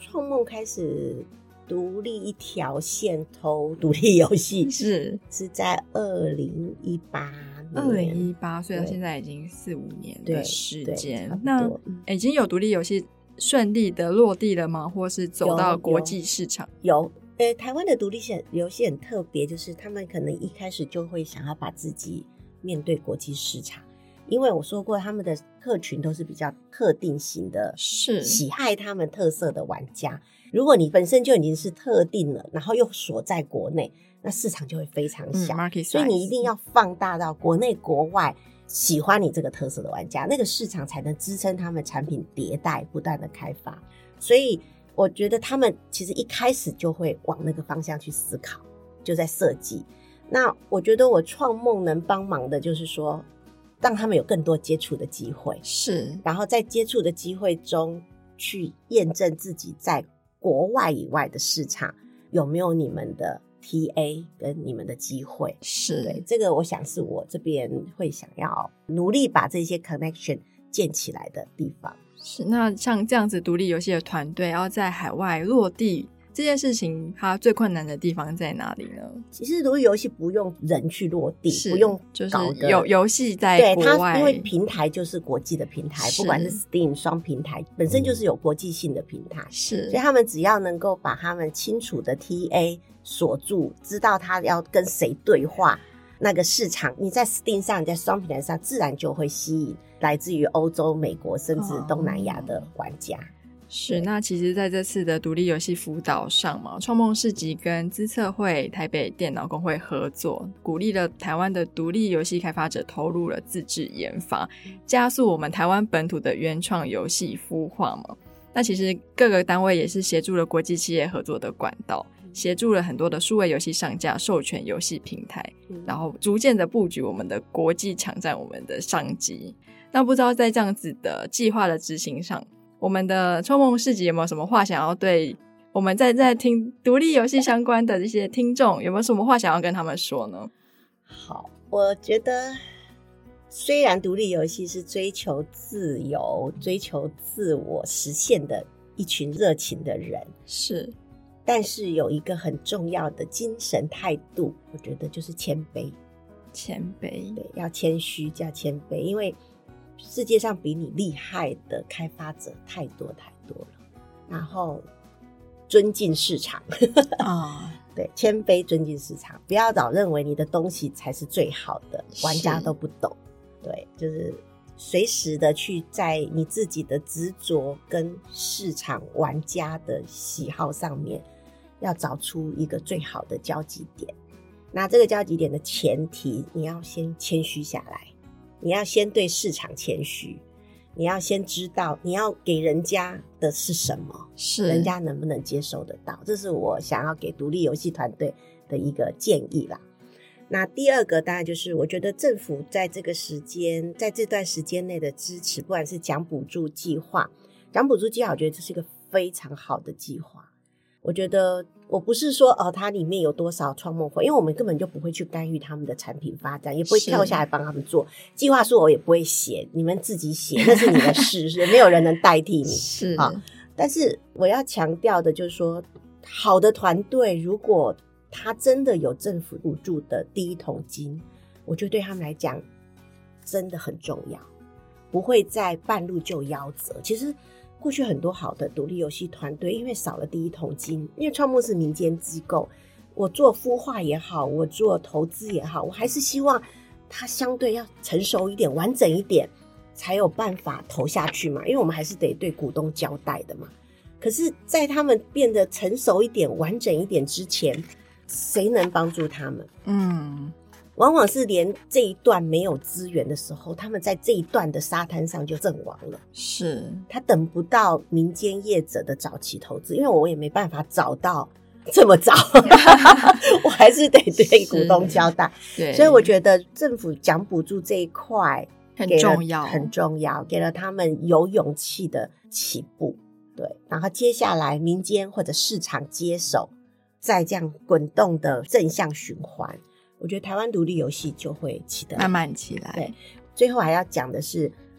创梦开始独立一条线投独立游戏是在2018年 ，2018，所以到现在已经4-5年的时间。 那已经有独立游戏顺利的落地了吗？或是走到国际市场？ 有。台湾的独立游戏很特别，就是他们可能一开始就会想要把自己面对国际市场，因为我说过他们的客群都是比较特定型的， 是喜爱他们特色的玩家。如果你本身就已经是特定了，然后又锁在国内，那市场就会非常小，所以你一定要放大到国内国外喜欢你这个特色的玩家，那个市场才能支撑他们产品迭代不断的开发。所以我觉得他们其实一开始就会往那个方向去思考，就在设计。那我觉得我创梦能帮忙的就是说让他们有更多接触的机会， 是， 然后在接触的机会中去验证自己在国外以外的市场有没有你们的 TA 跟你们的机会。 是， 对，这个我想是我这边会想要努力把这些 connection 建起来的地方。 是，那像这样子独立游戏的团队要在海外落地这件事情，它最困难的地方在哪里呢？ 其实独立游戏不用人去落地，不用搞就是有游戏在国外， 对，它因为平台就是国际的平台，不管是 Steam 双平台本身就是有国际性的平台， 是， 所以他们只要能够把他们清楚的 TA 锁住，知道他要跟谁对话，那个市场你在 Steam 上，你在双平台上自然就会吸引来自于欧洲、美国甚至东南亚的玩家。 是，那其实在这次的独立游戏辅导上嘛，创梦市集跟资策会、台北电脑工会合作，鼓励了台湾的独立游戏开发者投入了自制研发，加速我们台湾本土的原创游戏孵化嘛。那其实各个单位也是协助了国际企业合作的管道，协助了很多的数位游戏上架、授权游戏平台，然后逐渐的布局我们的国际抢占我们的商机。那不知道在这样子的计划的执行上，我们的创梦市集有没有什么话想要对我们在听独立游戏相关的这些听众，有没有什么话想要跟他们说呢？ 好，我觉得虽然独立游戏是追求自由、追求自我实现的一群热情的人， 是， 但是有一个很重要的精神态度，我觉得就是谦卑。 谦卑， 对，要谦虚加谦卑，因为世界上比你厉害的开发者太多太多了。然后尊敬市场啊，对，谦卑尊敬市场，不要老认为你的东西才是最好的，玩家都不懂。对，就是随时的去在你自己的执着跟市场玩家的喜好上面，要找出一个最好的交集点。那这个交集点的前提，你要先谦虚下来，你要先对市场谦虚，你要先知道你要给人家的是什么，是人家能不能接受得到，这是我想要给独立游戏团队的一个建议啦。那第二个当然就是我觉得政府在这个时间，在这段时间内的支持，不管是奖补助计划，奖补助计划我觉得这是一个非常好的计划。我觉得我不是说它里面有多少创梦会，因为我们根本就不会去干预他们的产品发展，也不会跳下来帮他们做计划书，我也不会写，你们自己写，那是你的事，没有人能代替你。 是但是我要强调的就是说，好的团队如果他真的有政府补助的第一桶金，我觉得对他们来讲真的很重要，不会在半路就夭折。其实过去很多好的独立游戏团队因为少了第一桶金，因为创梦是民间机构，我做孵化也好，我做投资也好，我还是希望它相对要成熟一点，完整一点，才有办法投下去嘛，因为我们还是得对股东交代的嘛。可是在他们变得成熟一点、完整一点之前，谁能帮助他们？往往是连这一段没有资源的时候，他们在这一段的沙滩上就阵亡了。是，他等不到民间业者的早期投资，因为我也没办法找到这么早我还是得对股东交代。对，所以我觉得政府奖补助这一块很重要， 很重要，给了他们有勇气的起步。对，然后接下来民间或者市场接手，再这样滚动的正向循环，我觉得台湾独立游戏就会起得慢慢起来。 对，最后还要讲的是，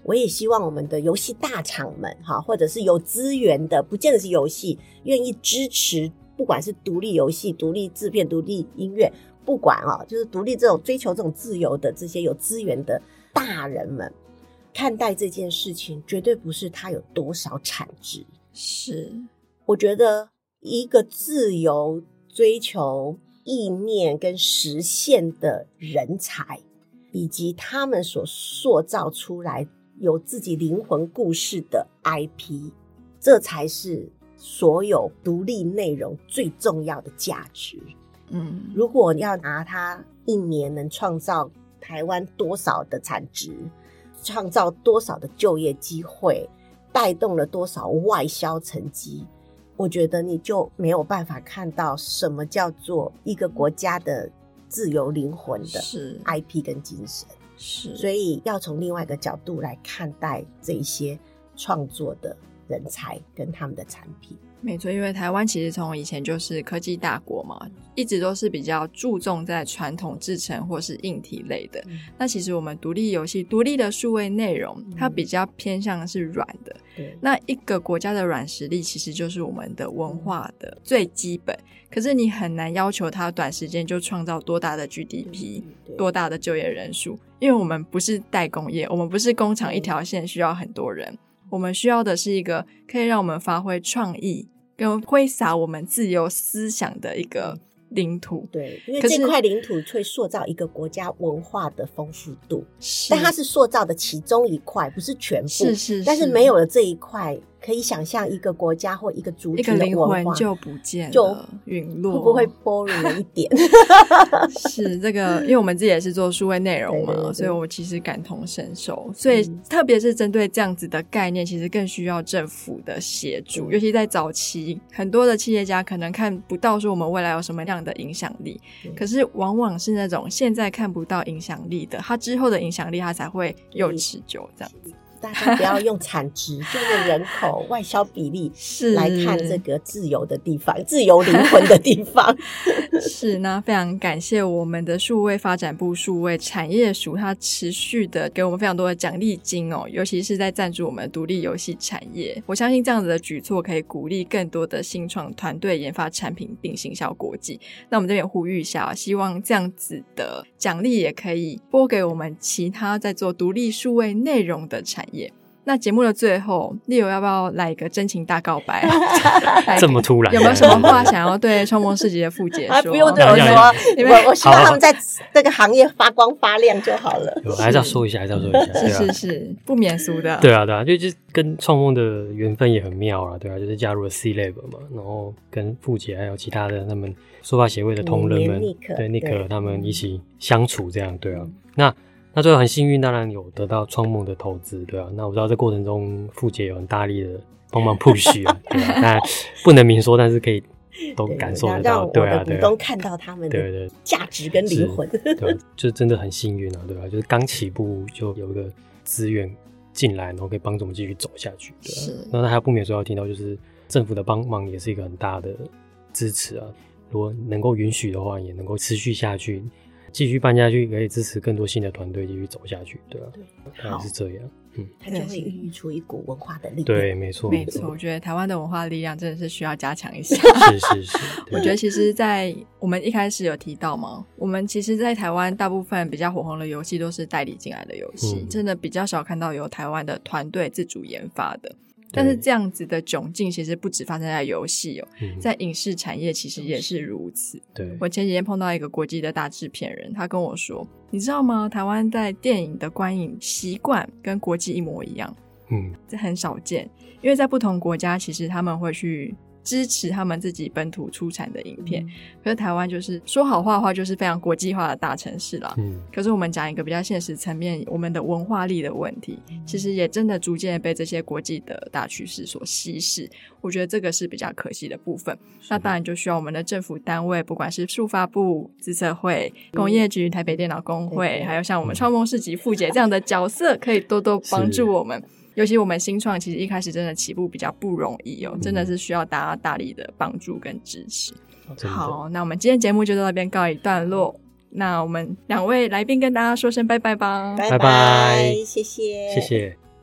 我也希望我们的游戏大厂们或者是有资源的，不见得是游戏，愿意支持不管是独立游戏、独立制片、独立音乐，不管就是独立这种追求这种自由的这些有资源的大人们，看待这件事情绝对不是它有多少产值。 是， 我觉得一个自由追求意念跟实现的人才，以及他们所塑造出来有自己灵魂故事的 IP， 这才是所有独立内容最重要的价值。如果要拿它一年能创造台湾多少的产值，创造多少的就业机会，带动了多少外销成绩，我觉得你就没有办法看到什么叫做一个国家的自由灵魂的 IP 跟精神。 是， 所以要从另外一个角度来看待这一些创作的人才跟他们的产品。 没错，因为台湾其实从以前就是科技大国嘛，一直都是比较注重在传统制程或是硬体类的。那其实我们独立游戏、独立的数位内容，它比较偏向是软的。那一个国家的软实力其实就是我们的文化的最基本，可是你很难要求它短时间就创造多大的 GDP， 多大的就业人数，因为我们不是代工业，我们不是工厂一条线需要很多人，我们需要的是一个可以让我们发挥创意跟挥洒我们自由思想的一个领土。 对，因为这块领土会塑造一个国家文化的丰富度，但它是塑造的其中一块，不是全部。是，但是没有了这一块，可以想象一个国家或一个族群的文化一个灵魂就不见了，就陨落，会不会 boring 了一点？ 是这个，因为我们自己也是做数位内容嘛，所以我其实感同身受。所以特别是针对这样子的概念，其实更需要政府的协助，尤其在早期，很多的企业家可能看不到说我们未来有什么样的影响力，可是往往是那种现在看不到影响力的，它之后的影响力它才会又持久这样子。 大家不要用产值就用人口外销比例来看这个自由的地方，自由灵魂的地方。 是，那非常感谢我们的数位发展部数位产业署，它持续的给我们非常多的奖励金尤其是在赞助我们独立游戏产业。我相信这样子的举措可以鼓励更多的新创团队研发产品并行销国际。那我们这边呼吁一下，希望这样子的奖励也可以拨给我们其他在做独立数位内容的产业。那节目的最后，Leo要不要来一个真情大告白？ 这么突然， 有没有什么话想要对创梦市集的傅姐说？ 不用对我说，我希望他们在这个行业发光发亮就好了。 还是要说一下， 是不免俗的。 对啊，就是跟创梦的缘分也很妙啦，对啊，就是加入了 C-Lab 嘛，然后跟傅姐还有其他的他们说法协会的同仁们，对 Nick 他们一起相处，这样对啊。那最后很幸运，当然有得到创梦的投资，对啊。那我知道这过程中傅姐有很大力的帮忙 push 啊，对啊。那不能明说，但是可以都感受得到，对啊， 让我的股东看到他们的价值跟灵魂， 对，就真的很幸运啊，对吧？就是刚起步就有一个资源进来，然后可以帮助我们继续走下去，对啊。然后还有不免说要听到，就是政府的帮忙也是一个很大的支持啊。如果能够允许的话，也能够持续下去。继续办下去，可以支持更多新的团队继续走下去，对吧？对，是这样。 它就会孕育出一股文化的力量。 对，没错。 我觉得台湾的文化力量真的是需要加强一下。 是。 我觉得其实在我们一开始有提到嘛，我们其实在台湾大部分比较火红的游戏都是代理进来的游戏，真的比较少看到有台湾的团队自主研发的。但是这样子的窘境其实不只发生在游戏在影视产业其实也是如此。 对， 我前几天碰到一个国际的大制片人，他跟我说，你知道吗？台湾在电影的观影习惯跟国际一模一样。这很少见，因为在不同国家其实他们会去支持他们自己本土出产的影片，可是台湾就是说好话的话就是非常国际化的大城市啦。可是我们讲一个比较现实层面，我们的文化力的问题其实也真的逐渐被这些国际的大趋势所稀释，我觉得这个是比较可惜的部分。那当然就需要我们的政府单位，不管是数发部、资策会、工业局、台北电脑工会，还有像我们创梦市集傅姐这样的角色，可以多多帮助我们。尤其我们新创其实一开始真的起步比较不容易真的是需要大家大力的帮助跟支持。好，那我们今天节目就到这边告一段落，那我们两位来宾跟大家说声拜拜吧。 拜拜，谢谢。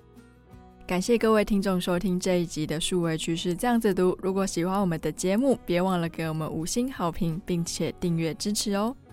感谢各位听众收听这一集的数位趋势这样子读。如果喜欢我们的节目，别忘了给我们5星好评，并且订阅支持哦。